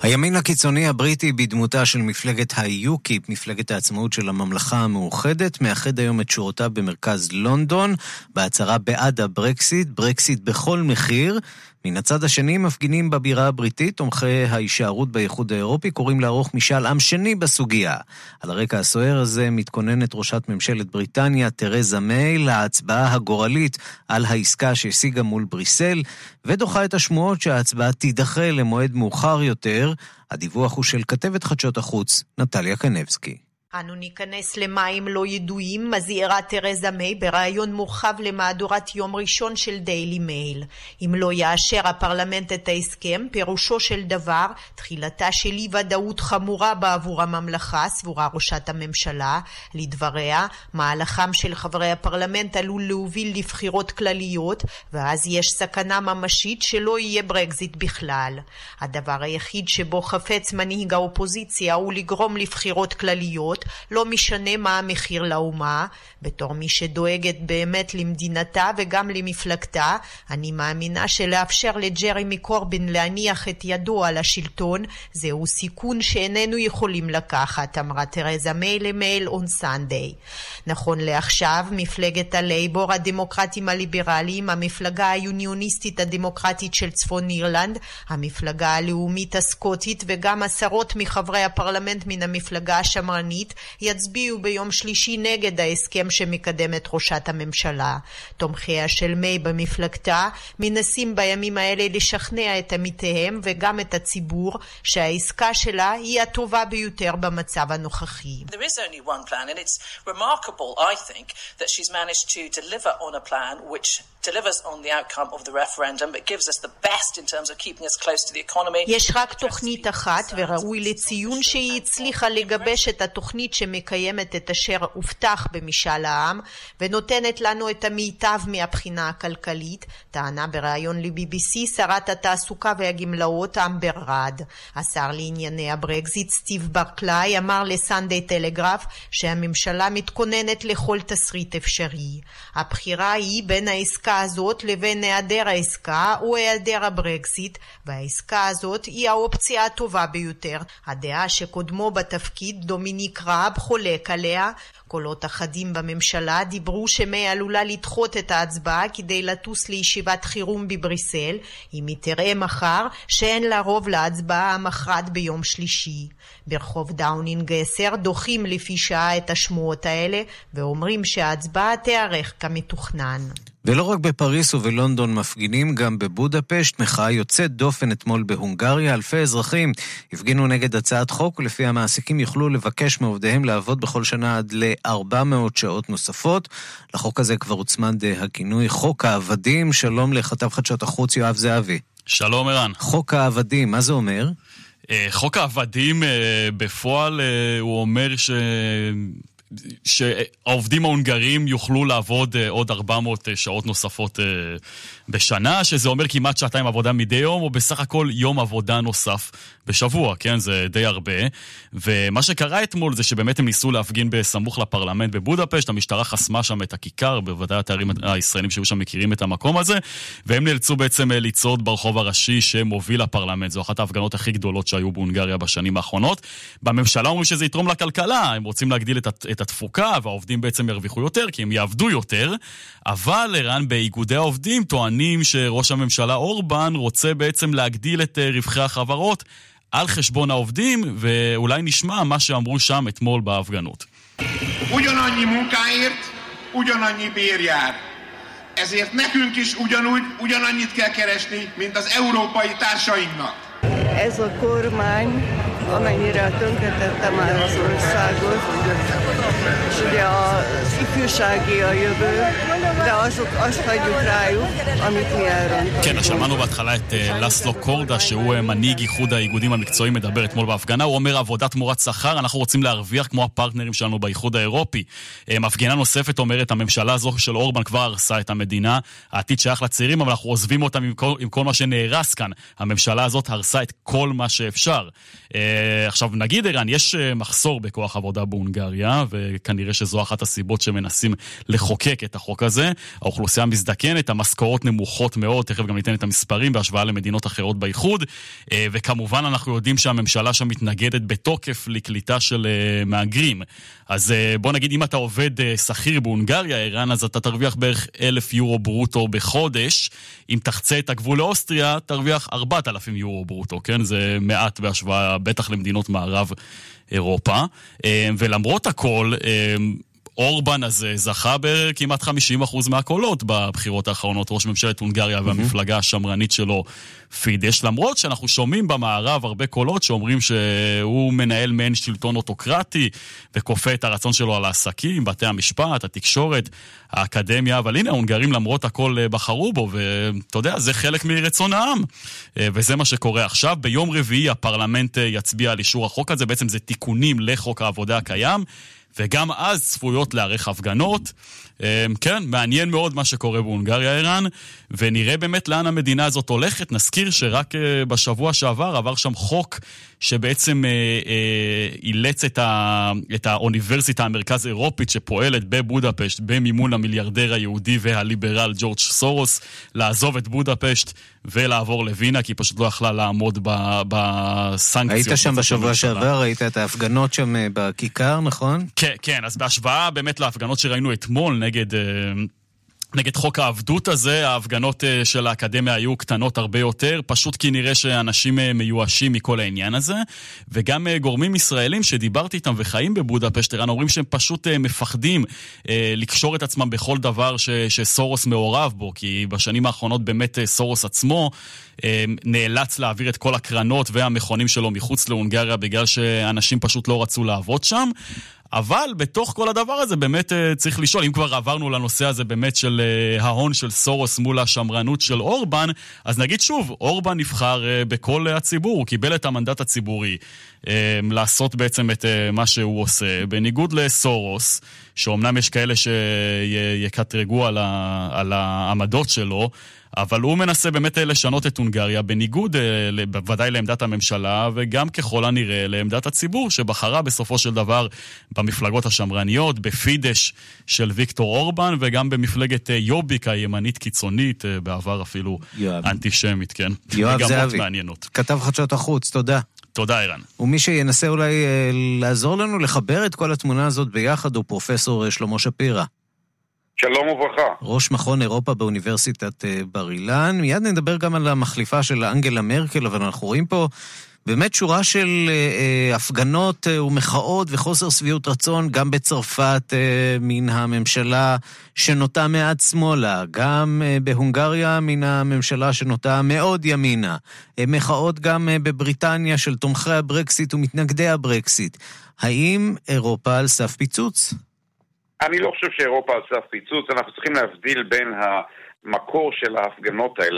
הימין הקיצוני הבריטי בדמותה של מפלגת היוקיפ, מפלגת העצמאות של הממלכה המאוחדת, מאחד היום את שורותיו במרכז לונדון, בהצהרה בעד הברקסיט, ברקסיט בכל מחיר. מן הצד השני, מפגינים בבירה הבריטית, תומכי ההישארות באיחוד האירופי, קוראים לערוך משאל עם שני בסוגיה. על הרקע הסוער הזה מתכוננת ראשת ממשלת בריטניה, תרזה מיי, להצבעה הגורלית על העסקה שהשיגה מול בריסל, ודוחה את השמועות שההצבעה תידחה למועד מאוחר יותר. הדיווח הוא של כתבת חדשות החוץ, נטליה קנבסקי. אנו ניכנס למים לא ידועים, מזהירה תרזה מיי ברעיון מורחב למהדורת יום ראשון של דיילי מייל. אם לא יאשר הפרלמנט את ההסכם, פירושו של דבר, תחילתה של אי ודאות חמורה בעבור הממלכה, סבורה ראשת הממשלה. לדבריה, מהלכם של חברי הפרלמנט עלול להוביל לבחירות כלליות, ואז יש סכנה ממשית שלא יהיה ברקזיט בכלל. הדבר היחיד שבו חפץ מנהיג האופוזיציה הוא לגרום לבחירות כלליות, לא משנה מה המחיר לאומה. בתור מי שדואגת באמת למדינתה וגם למפלגתה, אני מאמינה שלאפשר לג'רמי קורבין להניח את ידו על השלטון, זהו סיכון שאיננו יכולים לקחת, אמרה תרזה מיי למייל און סנדיי. נכון לעכשיו, מפלגת הלייבור, הדמוקרטים הליברליים, המפלגה היוניוניסטית הדמוקרטית של צפון אירלנד, המפלגה הלאומית הסקוטית וגם עשרות מחברי הפרלמנט מן המפלגה השמרנית יצביעו ביום שלישי נגד ההסכם שמקדמת ראשת הממשלה. תומכיה של מיי במפלגתה מנסים בימים האלה לשכנע את עמיתיהם וגם את הציבור שהעסקה שלה היא הטובה ביותר במצב הנוכחי. There is only one plan and it's remarkable, I think, that she's managed to deliver on a plan which delivers on the outcome of the referendum but gives us the best in terms of keeping us close to the economy. יש רק תוכנית אחת וראוי לציון שהיא הצליחה לגבש את התוכנית שמקיימת את אשר הובטח במשאל העם ונותנת לנו את המיטב מהבחינה הכלכלית, טענה בראיון ל-BBC שרת התעסוקה והגמלאות אמבר רד. השר לענייני הברקזיט סטיב ברקליי אמר לסנדיי טלגרף שהממשלה מתכוננת לכל תסריט אפשרי. הבחירה היא בין העסקה הזאת לבין היעדר העסקה או היעדר הברקזיט, והעסקה הזאת היא האופציה הטובה ביותר. הדעה שקודמו בתפקיד דומיניק ראב חולק עליה. קולות אחדים בממשלה דיברו שמיי עלולה לדחות את ההצבעה כדי לטוס לישיבת חירום בבריסל, אם היא תראה מחר שאין לה רוב להצבעה המכרעת ביום שלישי. ברחוב דאונינג 10 דוחים לפי שעה את השמועות האלה ואומרים שההצבעה תארך כמתוכנן. ולא רק בפריס ובלונדון מפגינים, גם בבודפשט, מחאה יוצאת דופן אתמול בהונגריה. אלפי אזרחים הפגינו נגד הצעת חוק, ולפי המעסיקים יוכלו לבקש מעובדיהם לעבוד בכל שנה עד ל-400 שעות נוספות. לחוק הזה כבר הוצמד הכינוי חוק העבדים. שלום לכתב חדשות החוץ יואב זהבי. שלום ערן. חוק העבדים, מה זה אומר? חוק העבדים בפועל הוא אומר שהעובדים ההונגרים יוכלו לעבוד עוד 400 שעות נוספות בשנה, שזה אומר כמעט שעתיים עבודה מדי יום, או בסך הכל יום עבודה נוסף בשבוע, כן? זה די הרבה. ומה שקרה אתמול זה שבאמת הם ניסו להפגין בסמוך לפרלמנט בבודפשט, המשטרה חסמה שם את הכיכר, בוודאי התיירים הישראלים שהיו שם מכירים את המקום הזה, והם נאלצו בעצם לצעוד ברחוב הראשי שמוביל לפרלמנט. זו אחת ההפגנות הכי גדולות שהיו בהונגריה בשנים האחרונות. בממשלה אומרים שזה יתרום לכלכלה, הם רוצים להגדיל את התפוקה, והעובדים בעצם ירוויחו יותר, כי הם יעבדו יותר, אבל ערן באיגודי העובדים טוענים שראש הממשלה אורבן רוצה בעצם להגדיל את רווחי החברות על חשבון העובדים, ואולי נשמע מה שאמרו שם אתמול בהפגנות. Ugyanannyi munkáért, ugyanannyi bér jár. Ezért nekünk is ugyanannyit kell keresni, mint az európai társainknak. Ez a kormány, amennyire tönkretette már az országot, és ugye az ifjúsági a jövő, de azt hagyjuk rájuk, amit mi elrontottunk. כן, שמענו בהתחלה את לסלו קורדה, שהוא מנהיג איחוד האיגודים המקצועיים, מדבר אתמול בהפגנה. הוא אומר עבודת תמורת שכר, אנחנו רוצים להרוויח כמו הפרטנרים שלנו באיחוד האירופי. מפגינה נוספת אומרת, הממשלה הזו של אורבן כבר הרסה את המדינה, העתיד שייך לצעירים, אבל אנחנו עוזבים אותם עם כל מה שנהרס כאן. הממשלה הזאת הרסה את כל מה שאפשר. עכשיו נגיד איראן, יש מחסור בכוח עבודה בהונגריה, וכנראה שזו אחת הסיבות שמנסים לחוקק את החוק הזה. האוכלוסייה מזדקנת, המשכורות נמוכות מאוד, תכף גם ניתן את המספרים בהשוואה למדינות אחרות באיחוד, וכמובן אנחנו יודעים שהממשלה שם מתנגדת בתוקף לקליטה של מהגרים. אז בוא נגיד, אם אתה עובד שכיר בהונגריה, איראן, אז אתה תרוויח בערך 1,000 יורו ברוטו בחודש. אם תחצה את הגבול לאוסטריה, תרוויח 4,000 יורו ברוטו, כן? זה מעט בהשוואה, בטח למדינות מערב אירופה. ולמרות הכל, אורבן הזה זכה בכמעט 50% מהקולות בבחירות האחרונות, ראש ממשלת הונגריה והמפלגה השמרנית שלו פידש, למרות שאנחנו שומעים במערב הרבה קולות שאומרים שהוא מנהל מעין שלטון אוטוקרטי וכופה את הרצון שלו על העסקים, בתי המשפט, התקשורת, האקדמיה, אבל הנה ההונגרים למרות הכל בחרו בו, ואתה יודע, זה חלק מרצון העם, וזה מה שקורה עכשיו. ביום רביעי הפרלמנט יצביע על אישור החוק הזה, בעצם זה תיקונים לחוק העבודה הקיים, וגם אז צפויות לערך הפגנות. כן, מעניין מאוד מה שקורה בהונגריה, איראן, ונראה באמת לאן המדינה הזאת הולכת. נזכיר שרק בשבוע שעבר עבר שם חוק שבעצם אילץ את האוניברסיטה המרכז אירופית שפועלת בבודפשט במימון המיליארדר היהודי והליברל ג'ורג' סורוס לעזוב את בודפשט ולעבור לווינה, כי היא פשוט לא יכלה לעמוד בסנקציות. היית שם בשבוע שעבר, ראית את ההפגנות שם בכיכר, נכון? כן, אז בהשוואה באמת להפגנות שראינו אתמול נגד חוק העבדות הזה, ההפגנות של האקדמיה היו קטנות הרבה יותר, פשוט כי נראה שאנשים מיואשים מכל העניין הזה, וגם גורמים ישראלים שדיברתי איתם וחיים בבודפשט, אומרים שהם פשוט מפחדים לקשור את עצמם בכל דבר שסורוס מעורב בו, כי בשנים האחרונות באמת סורוס עצמו נאלץ להעביר את כל הקרנות והמכונים שלו מחוץ להונגריה, בגלל שאנשים פשוט לא רצו לעבוד שם. אבל בתוך כל הדבר הזה באמת צריך לשאול, אם כבר עברנו לנושא הזה באמת של ההון של סורוס מול השמרנות של אורבן, אז נגיד שוב, אורבן נבחר בכל הציבור, הוא קיבל את המנדט הציבורי לעשות בעצם את מה שהוא עושה, בניגוד לסורוס, שאומנם יש כאלה שיקטרגו על העמדות שלו, אבל הוא מנסה באמת לשנות את הונגריה בניגוד בוודאי לעמדת הממשלה וגם ככל הנראה לעמדת הציבור שבחרה בסופו של דבר במפלגות השמרניות, בפידש של ויקטור אורבן וגם במפלגת יוביק הימנית קיצונית, בעבר אפילו אנטישמית, כן? יואב זהבי, מעניינות. כתב חדשות החוץ, תודה. תודה אירן. ומי שינסה אולי לעזור לנו לחבר את כל התמונה הזאת ביחד הוא פרופסור שלמה שפירא. שלום וברכה. ראש מכון אירופה באוניברסיטת בר אילן. מיד נדבר גם על המחליפה של אנגלה מרקל, אבל אנחנו רואים פה באמת שורה של הפגנות ומחאות וחוסר שביעות רצון, גם בצרפת מן הממשלה שנוטה מעט שמאלה, גם בהונגריה מן הממשלה שנוטה מאוד ימינה, מחאות גם בבריטניה של תומכי הברקסיט ומתנגדי הברקסיט. האם אירופה על סף פיצוץ? אני לא חושב שאירופה על סף פיצוץ, אנחנו צריכים להבדיל בין המקור של ההפגנות האלה.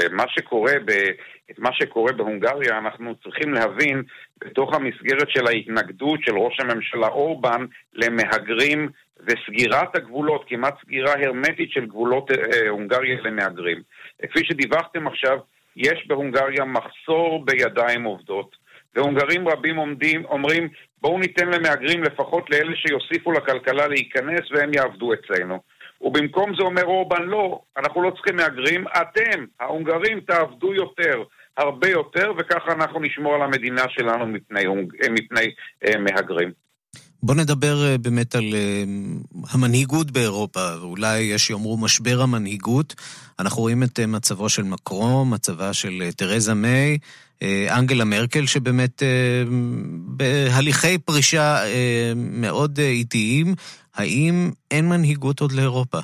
את מה שקורה בהונגריה אנחנו צריכים להבין בתוך המסגרת של ההתנגדות של ראש הממשלה אורבן למהגרים וסגירת הגבולות, כמעט סגירה הרמטית של גבולות הונגריה למהגרים. כפי שדיווחתם עכשיו, יש בהונגריה מחסור בידיים עובדות. והונגרים רבים אומרים, בואו ניתן למהגרים לפחות לאלה שיוסיפו לכלכלה להיכנס והם יעבדו אצלנו. ובמקום זה אומר אורבן, לא, אנחנו לא צריכים מהגרים, אתם, ההונגרים, תעבדו יותר, הרבה יותר, וככה אנחנו נשמור על המדינה שלנו מפני מהגרים. בוא נדבר באמת על המנהיגות באירופה, ואולי יש יאמרו משבר המנהיגות. אנחנו רואים את מצבו של מקרון, מצבה של תרזה מיי, אנגלה מרקל שבאמת בהליכי פרישה מאוד איטיים. האם אין מנהיגות עוד לאירופה?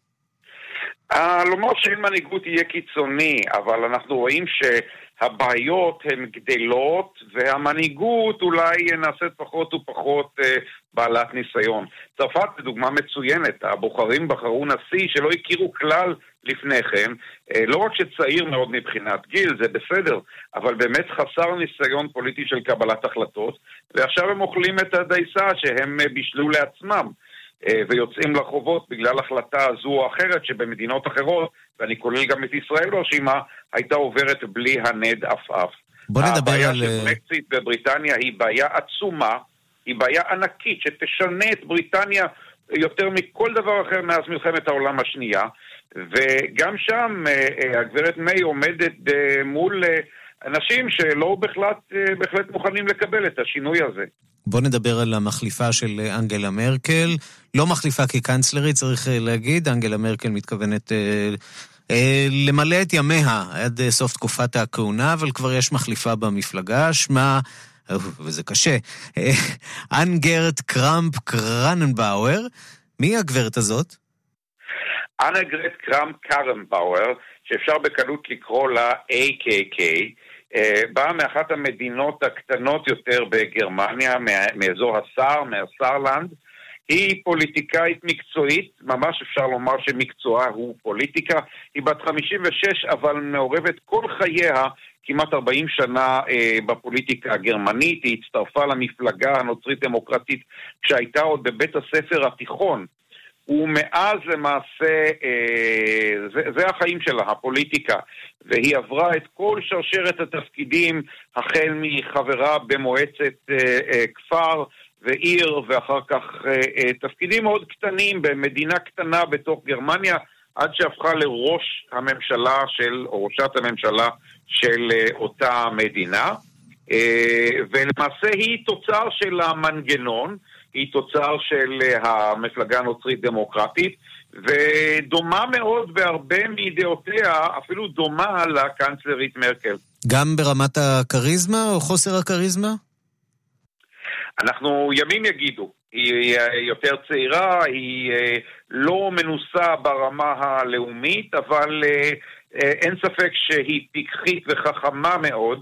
לומר שאין מנהיגות יהיה קיצוני, אבל אנחנו רואים שהבעיות הן גדלות והמנהיגות אולי נעשית פחות ופחות בעלת ניסיון. צרפת זה דוגמה מצוינת, הבוחרים בחרו נשיא שלא הכירו כלל לפני כן, לא רק שצעיר מאוד מבחינת גיל, זה בסדר, אבל באמת חסר ניסיון פוליטי של קבלת החלטות, ועכשיו הם אוכלים את הדייסה שהם בישלו לעצמם, ויוצאים לרחובות בגלל החלטה זו או אחרת שבמדינות אחרות, ואני כולל גם את ישראל ברשימה, הייתה עוברת בלי הנד אף. בוא נדבר על... הבעיה של ברקזיט בבריטניה היא בעיה עצומה, היא בעיה ענקית שתשנה את בריטניה יותר מכל דבר אחר מאז מלחמת העולם השנייה, וגם שם הגברת מיי עומדת מול אנשים שלא בהחלט מוכנים לקבל את השינוי הזה. בוא נדבר על המחליפה של אנגלה מרקל, לא מחליפה כקנצלרית צריך להגיד, אנגלה מרקל מתכוונת למלא את ימיה עד סוף תקופת הכהונה, אבל כבר יש מחליפה במפלגה, שמה, וזה קשה, אנגרט קרמפ קרננבאואר. מי הגברת הזאת? אנגרט קרמפ קרננבאואר, שאפשר בקלות לקרוא לה AKK, באה מאחת המדינות הקטנות יותר בגרמניה, מאזור מהסארלנד. היא פוליטיקאית מקצועית, ממש אפשר לומר שמקצועה הוא פוליטיקה. היא בת 56, אבל מעורבת כל חייה, כמעט 40 שנה בפוליטיקה הגרמנית. היא הצטרפה למפלגה הנוצרית דמוקרטית כשהייתה עוד בבית הספר התיכון. ומאז למעשה, זה החיים שלה, הפוליטיקה. והיא עברה את כל שרשרת התפקידים, החל מחברה במועצת כפר ועיר, ואחר כך תפקידים מאוד קטנים במדינה קטנה בתוך גרמניה, עד שהפכה לראש הממשלה או ראשת הממשלה של אותה מדינה. ולמעשה היא תוצר של המנגנון, היא תוצר של המפלגה הנוצרית דמוקרטית, ודומה מאוד בהרבה מידעותיה, אפילו דומה לקנצלרית מרקל. גם ברמת הקריזמה או חוסר הקריזמה? אנחנו ימים יגידו. היא יותר צעירה, היא לא מנוסה ברמה הלאומית, אבל אין ספק שהיא פיקחית וחכמה מאוד.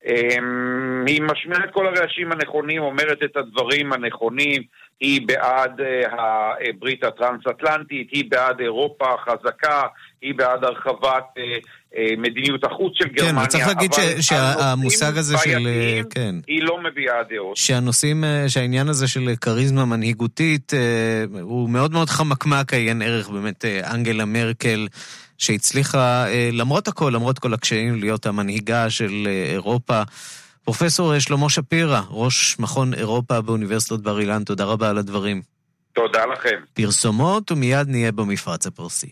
היא משמיעה את כל הרעשים הנכונים, אומרת את הדברים הנכונים, היא בעד הברית הטרנס-אטלנטית, היא בעד אירופה חזקה, היא בעד הרחבת מדיניות החוץ של גרמניה. כן, צריך להגיד שהמושג הזה של... כן. היא לא מביאה דעות. שהעניין הזה של קריזמה מנהיגותית הוא מאוד מאוד חמקמק, עיין ערך באמת אנגלה מרקל, שהצליחה למרות הכל, למרות כל הקשיים, להיות המנהיגה של אירופה. פרופסור שלמה שפירא, ראש מכון אירופה באוניברסיטת בר אילן, תודה רבה על הדברים. תודה לכם. פרסומות ומיד נהיה במפרץ הפרסי.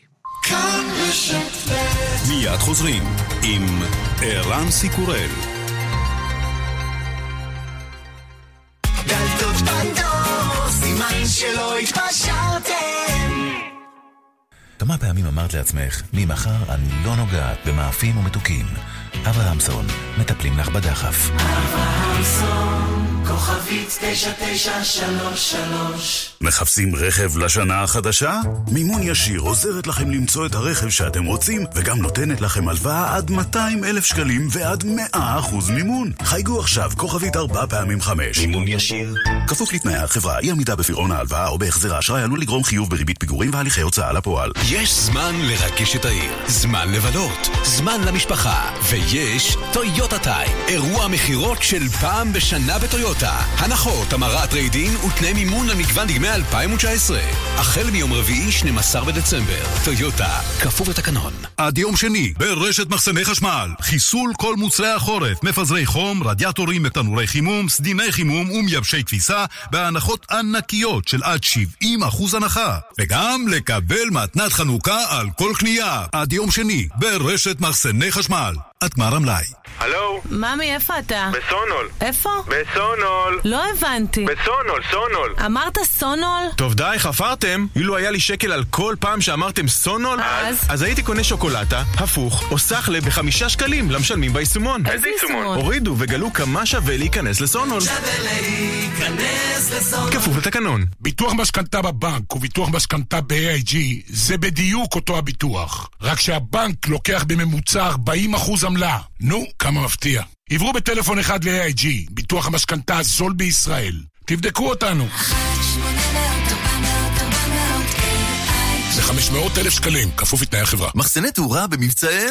מיד חוזרים עם ערן סיקורל. דלתות פנדור, סימן שלא התפשרתם. כמה פעמים אמרת לעצמך, ממחר אני לא נוגעת במאפים ומתוקים. אברהמסון, מטפלים לך בדחף. אברהמסון, כוכבית 9933. מחפשים רכב לשנה החדשה? מימון ישיר עוזרת לכם למצוא את הרכב שאתם רוצים, וגם נותנת לכם הלוואה עד 200,000 שקלים ועד 100% מימון. חייגו עכשיו כוכבית 4x5. מימון ישיר. כפוף לתנאי החברה, אי עמידה בפירעון ההלוואה או בהחזר האשראי עלול לגרום חיוב בריבית פיגורים והליכי הוצאה לפועל. יש זמן לרגש את העיר, זמן לבלות, זמן למשפחה, ויש טויוטה טיים, אירוע מחירות של פעם בשנה בטויוטה. הנחות, המרת ריידין ותנאי מימון למגוון דגמי 2019. החל מיום רביעי 12 בדצמבר. טויוטה, כפוף לתקנון. עד יום שני, ברשת מחסני חשמל. חיסול כל מוצרי החורף, מפזרי חום, רדיאטורים, תנורי חימום, סדיני חימום ומייבשי כביסה, בהנחות ענקיות של עד 70% הנחה. וגם לקבל מתנת חנוכה על כל קנייה. עד יום שני, ברשת מחסני חשמל. עתמר המלאי. הלו? ממי, איפה אתה? בסונול. איפה? בסונול. לא הבנתי. בסונול, סונול. אמרת סונול? טוב די, חפרתם. אילו היה לי שקל על כל פעם שאמרתם סונול, אז הייתי קונה שוקולטה, הפוך, או סחלה ב5 שקלים למשלמים ביישומון. איזה יישומון? הורידו וגלו כמה שווה להיכנס לסונול. כפוף לתקנון. ביטוח משכנתה בבנק וביטוח משכנתה ב-AIG זה בדיוק אותו הביטוח. רק שהבנק לוקח בממוצע 40% עמלה. נו, כמה מפתיע. עברו בטלפון אחד ל-AIG, ביטוח המשכנתה הזול בישראל. תבדקו אותנו. ל-500,000 שקלים, כפוף לתנאי החברה. מחסני תאורה במבצעי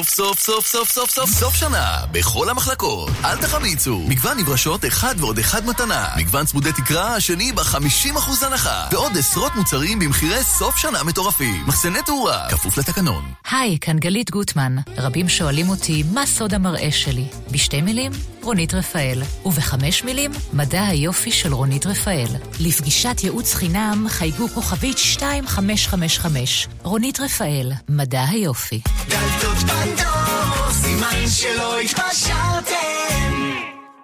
סוף שנה, בכל המחלקות. אל תחמיצו. מגוון נברשות אחד ועוד אחד מתנה. מגוון צמודי תקרה, השני ב-50% הנחה. ועוד עשרות מוצרים במחירי סוף שנה מטורפים. מחסני תאורה, כפוף לתקנון. היי, כאן גלית גוטמן. רבים שואלים אותי מה סוד המראה שלי. בשתי מילים, רונית רפאל. ובחמש מילים, מדע היופי של רונית רפאל. לפגישת ייעוץ חינם חייגו כוכבית 2555. רונית רפאל, מדע היופי. דלתות פנדור, סימן שלא התפשרתם.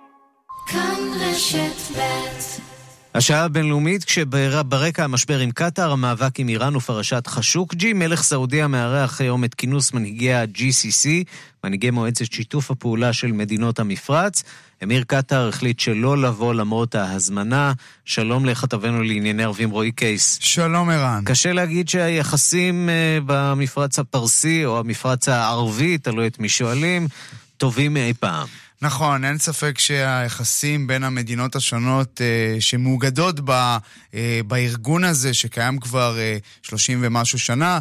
כאן רשת ב'. השעה הבינלאומית, כשברקע המשבר עם קטר, המאבק עם איראן ופרשת חשוקג'י, מלך סעודיה מארח היום את כינוס מנהיגי ה-GCC, מנהיגי מועצת שיתוף הפעולה של מדינות המפרץ. אמיר קטר החליט שלא לבוא למרות ההזמנה. שלום לכתבנו לענייני ערבים רועי קייס. שלום ערן. קשה להגיד שהיחסים במפרץ הפרסי או המפרץ הערבי, תלוי את מי שואלים, טובים מאי פעם. נכון, אין ספק שהיחסים בין המדינות השונות שמאוגדות בארגון הזה, שקיים כבר 30 ומשהו שנה,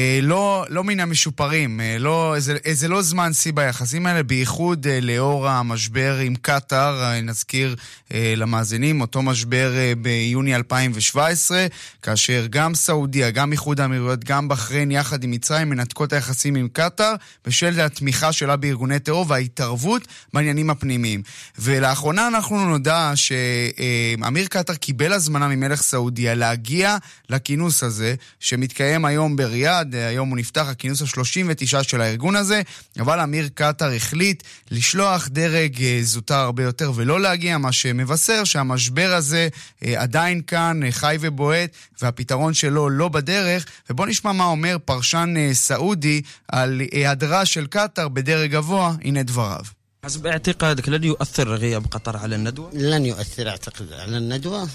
לא מן המשופרים. זה לא זמן שיא ביחסים האלה, בייחוד לאור המשבר עם קטר. נזכיר למאזינים, אותו משבר ביוני 2017, כאשר גם סעודיה, גם איחוד האמירויות, גם בחריין, יחד עם מצרים, מנתקות היחסים עם קטר, בשל התמיכה שלה בארגוני טרור וההתערבות בעניינים הפנימיים. ולאחרונה אנחנו נודע שאמיר קטר קיבל הזמנה ממלך סעודיה להגיע לכינוס הזה, שמתקיים היום בריאד. היום הוא נפתח הכינוס ה-39 של הארגון הזה, אבל אמיר קטר החליט לשלוח דרג זוטר הרבה יותר ולא להגיע, מה שמבשר שהמשבר הזה עדיין כאן, חי ובועט, והפתרון שלו לא בדרך. ובוא נשמע מה אומר פרשן סעודי על היעדרה של קטר בדרג גבוה. הנה דבריו. حسب اعتقادك لن يؤثر غياب قطر على الندوة؟ لن يؤثر اعتقد على الندوة.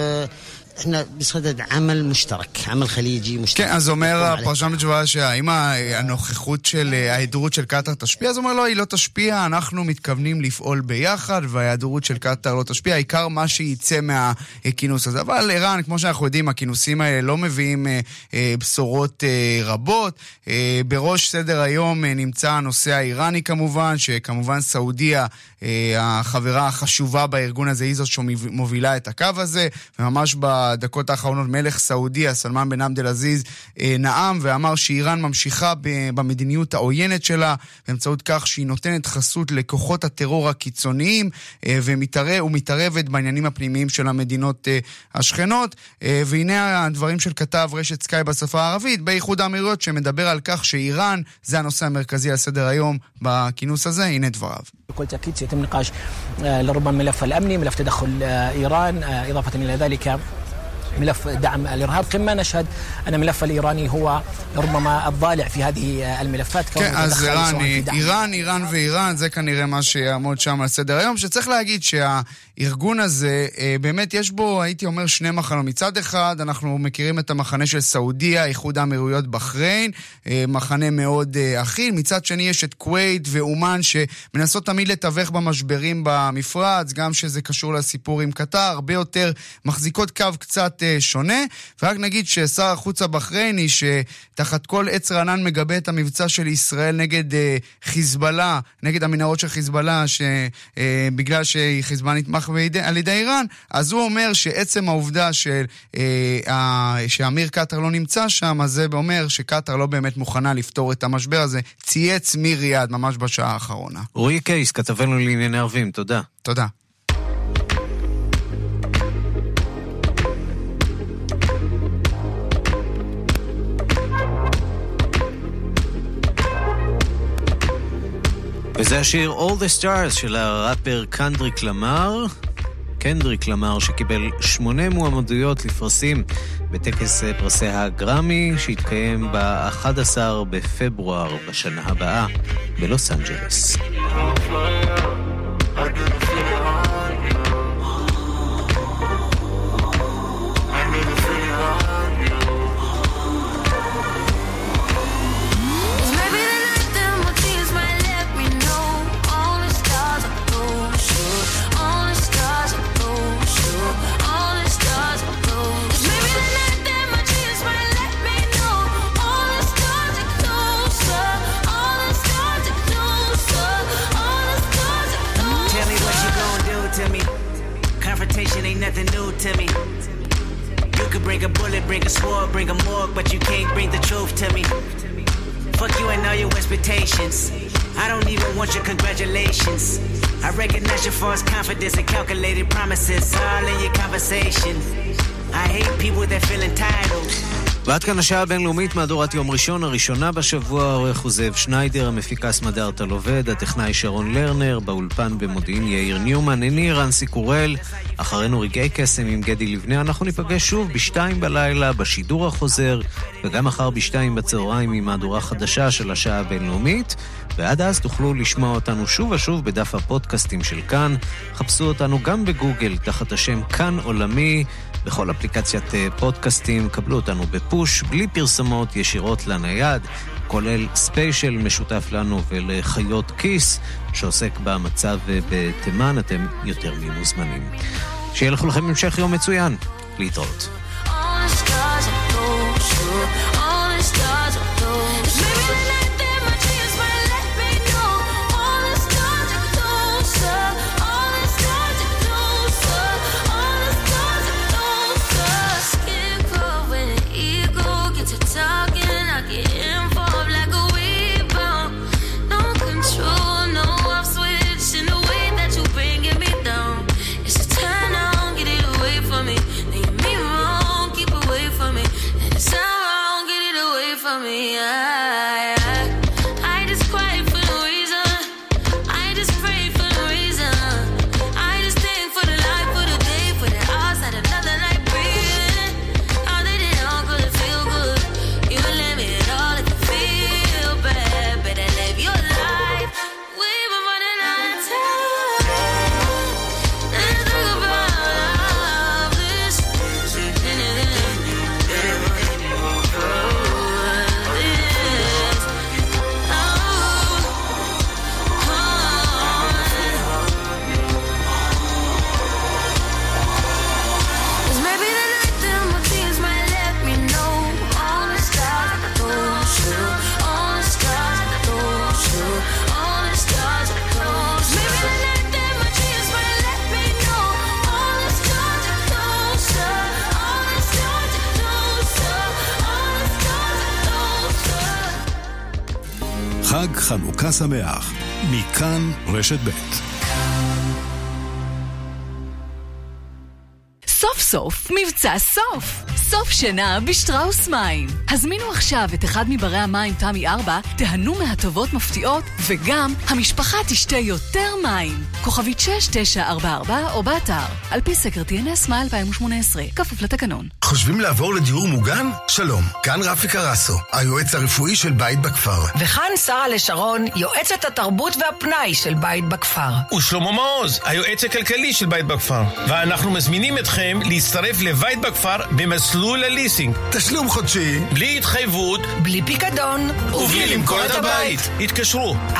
احنا بصدد عمل مشترك, عمل خليجي مشترك. כן, אז אומר הפרשן בתשובה שהאם הנוכחות של ההיעדרות של קטר תשפיע? אז אומר לא, היא לא תשפיע, אנחנו מתכוונים לפעול ביחד, וההיעדרות של קטר לא תשפיע, העיקר מה שייצא מהכינוס הזה. אבל איראן, כמו שאנחנו יודעים, הכינוסים האלה לא מביאים בשורות רבות. בראש סדר היום נמצא הנושא האיראני כמובן, שכמובן סעודיה, החברה החשובה בארגון הזה, היא זאת שמובילה את הקו הזה, וממש בדקות האחרונות מלך סעודיה, סלמן בן עבד אל-עזיז, נאם ואמר שאיראן ממשיכה במדיניות העוינת שלה, באמצעות כך שהיא נותנת חסות לכוחות הטרור הקיצוניים, ומתערבת בעניינים הפנימיים של המדינות השכנות. והנה הדברים של כתב רשת סקאי בשפה הערבית באיחוד האמירויות, שמדבר על כך שאיראן זה הנושא המרכזי על סדר היום בכינוס הזה. הנה דבריו. بكل تأكيد سيتم نقاش لربما الملف الأمني, ملف تدخل إيران, إضافة إلى ذلك ملف دعم الإرهاب. كما نشهد أن ملف الإيراني هو ربما الضالع في هذه الملفات. כן, אז איראן ואיראן, זה כנראה מה שיעמוד שם על סדר היום, שצריך להגיד שהארגון הזה, באמת יש בו, הייתי אומר, שני מחנות. מצד אחד, אנחנו מכירים את המחנה של סעודיה, איחוד האמירויות, בחריין, מחנה מאוד אחיל. מצד שני, יש את כווית ואומן, שמנסות תמיד לתווך במשברים במפרץ, גם שזה קשור לסיפור עם קטר, הרבה יותר מחזיקות קו קצת שונה. ורק נגיד ששר החוץ הבחרייני, שתחת כל עץ רענן מגבה את המבצע של ישראל נגד חיזבאללה, נגד המנהרות של חיזבאללה, שבגלל שחיזבאללה נתמך על ידי איראן, אז הוא אומר שעצם העובדה שאמיר קטר לא נמצא שם, אז זה אומר שקטר לא באמת מוכנה לפתור את המשבר הזה. צייץ מריאד ממש בשעה האחרונה. רועי קייס, כתבנו לענייני ערבים, תודה. תודה. וזה השיר All the Stars של הראפר קנדריק למר, שקיבל 8 מועמדויות לפרסים בטקס פרסי הגרמי, שהתקיים ב-11 בפברואר בשנה הבאה בלוס אנג'לס. nothing new to me. You could bring a bullet, bring a sword, bring a morgue, but you can't bring the truth to me. Fuck you and all your expectations. I don't even want your congratulations. I recognize your false confidence and calculated promises all in your conversation. I hate people that feel entitled. ועד כאן השעה הבינלאומית, מהדורת יום ראשון, הראשונה בשבוע. העורך הוא זאב שניידר, המפיקה סמדר תלובד, הטכנאי שרון לרנר, באולפן במודיעין יאיר ניומן, אני רנסי קורל. אחרינו רגעי קסם עם גדי לבנה. אנחנו ניפגש שוב ב-2 בלילה בשידור החוזר, וגם מחר ב-2 בצהריים עם מהדורה חדשה של השעה הבינלאומית. ועד אז תוכלו לשמוע אותנו שוב ושוב בדף הפודקאסטים של כאן. חפשו אותנו גם בגוגל תחת השם כאן עולמי, בכל אפליקציית פודקאסטים. קבלו אותנו בפוש, בלי פרסמות, ישירות לנייד, כולל ספיישל משותף לנו ולחיות כיס שעוסק במצב בתימן. אתם יותר ממוזמנים. שיהיה לכם המשך יום מצוין. להתראות. חג חנוכה שמח, מכאן רשת ב'. סוף סוף מבצע סוף. סוף שנה בשטראוס מים. הזמינו עכשיו את אחד מברי המים תמי 4, תהנו מהטובות מפתיעות, וגם המשפחה תשתה יותר מים. כוכבית 6944 או באתר. על פי סקר TNS מה 2018, כפוף לתקנון. חושבים לעבור לדיור מוגן? שלום, כאן רפי קרסו, היועץ הרפואי של בית בכפר. וכאן שרה לשרון, יועצת התרבות והפנאי של בית בכפר. ושלמה מעוז, היועץ הכלכלי של בית בכפר. ואנחנו מזמינים אתכם להצטרף לבית בכפר במסלול הליסינג. תשלום חודשי, בלי התחייבות, בלי פיקדון, ובלי למכור את הבית. התקשרו 1-800-30-70-70.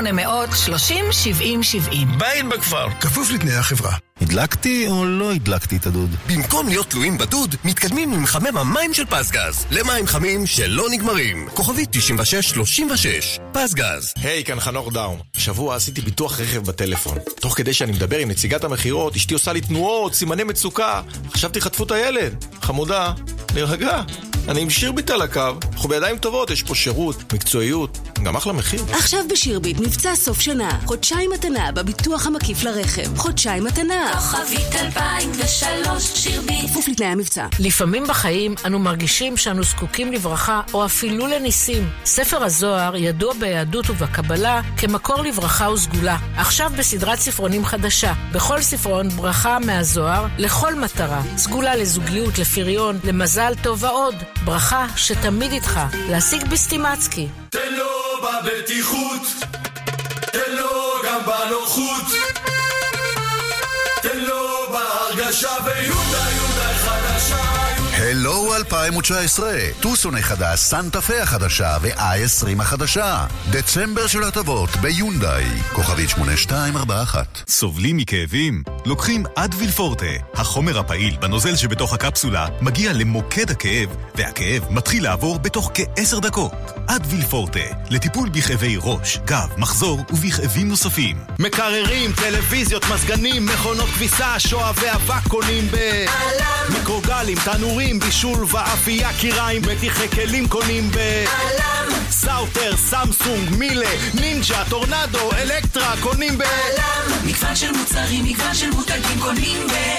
בית בכפר, כפוף לתנאי החברה. הדלקתי או לא הדלקתי את הדוד? במקום להיות תלויים בדוד, מתקדמים עם מחמם המים של פסגז. למים חמים שלא נגמרים. כוכבית 9636. פסגז. היי, כאן חנוך דאום. השבוע עשיתי ביטוח רכב בטלפון. תוך כדי שאני מדבר עם נציגת המחירות, אשתי עושה לי תנועות, סימני מצוקה. חשבתי חטפו את הילד. חמודה, נרגע. אני עם שירביט על הקו. אנחנו בידיים טובות, יש פה שירות, מקצועיות, גם אחלה מחיר. עכשיו בשירביט מבצע סוף שנה. חודשיים מתנה בביטוח המקיף לרכב. חודשיים מתנה. כוכבית 2003 שירביט. כפוף לתנאי המבצע. לפעמים בחיים אנו מרגישים שאנו זקוקים לברכה או אפילו לניסים. ספר הזוהר ידוע ביהדות ובקבלה כמקור לברכה וסגולה. עכשיו בסדרת ספרונים חדשה. בכל ספרון ברכה מהזוהר לכל מטרה. סגולה לזוגיות, לפריון, למזל טוב ועוד. ברכה שתמיד איתך. להשיג בסטימצקי. תן לו בבטיחות, תן לו גם בנוחות, תן לו בהרגשה ויהודה חדשה. הלו 2019, טוסון החדש, סנטה פה החדשה ו-i20 החדשה. דצמבר של הטבות ביונדאי, כוכבית 8241. סובלים מכאבים? לוקחים אדוויל פורטה. החומר הפעיל בנוזל שבתוך הקפסולה מגיע למוקד הכאב, והכאב מתחיל לעבור בתוך כ10 דקות. אדוויל פורטה, לטיפול בכאבי ראש, גב, מחזור ובכאבים נוספים. מקררים, טלוויזיות, מזגנים, מכונות כביסה, שואבי אבק קונים אלם. מיקרוגלים, תנורים, בישול ואפייה, קיריים, מתיחי כלים קונים אלם. סאוטר, סמסונג, מילה, נינג'ה, טורנדו, אלקטרה קונים אלם. מגוון של מוצרים, מגוון של מותגים קונים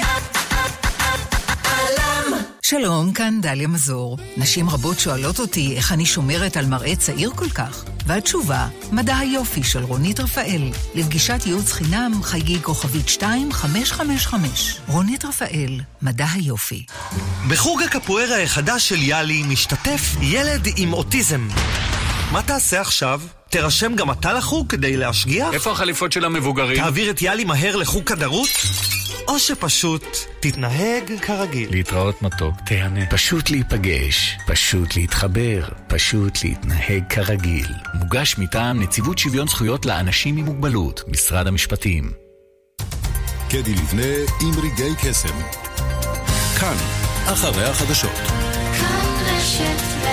אלם. שלום, כאן דליה מזור. נשים רבות שואלות אותי איך אני שומרת על מראה צעיר כל כך. והתשובה, מדע היופי של רונית רפאל. לפגישת ייעוץ חינם חייגי כוכבית 2555. רונית רפאל, מדע היופי. בחוג הקפוארה החדש של יאלי משתתף ילד עם אוטיזם. מה תעשה עכשיו? תרשם גם אתה לחוג כדי להשגיח? איפה החליפות של המבוגרים? תעביר את יאלי מהר לחוג כדרות? או שפשוט תתנהג כרגיל. להתראות מתוק, תהנה. פשוט להיפגש, פשוט להתחבר, פשוט להתנהג כרגיל. מוגש מטעם נציבות שוויון זכויות לאנשים עם מוגבלות, משרד המשפטים. קדי לבנה עם רגעי קסם. כאן, אחרי החדשות. כאן רשת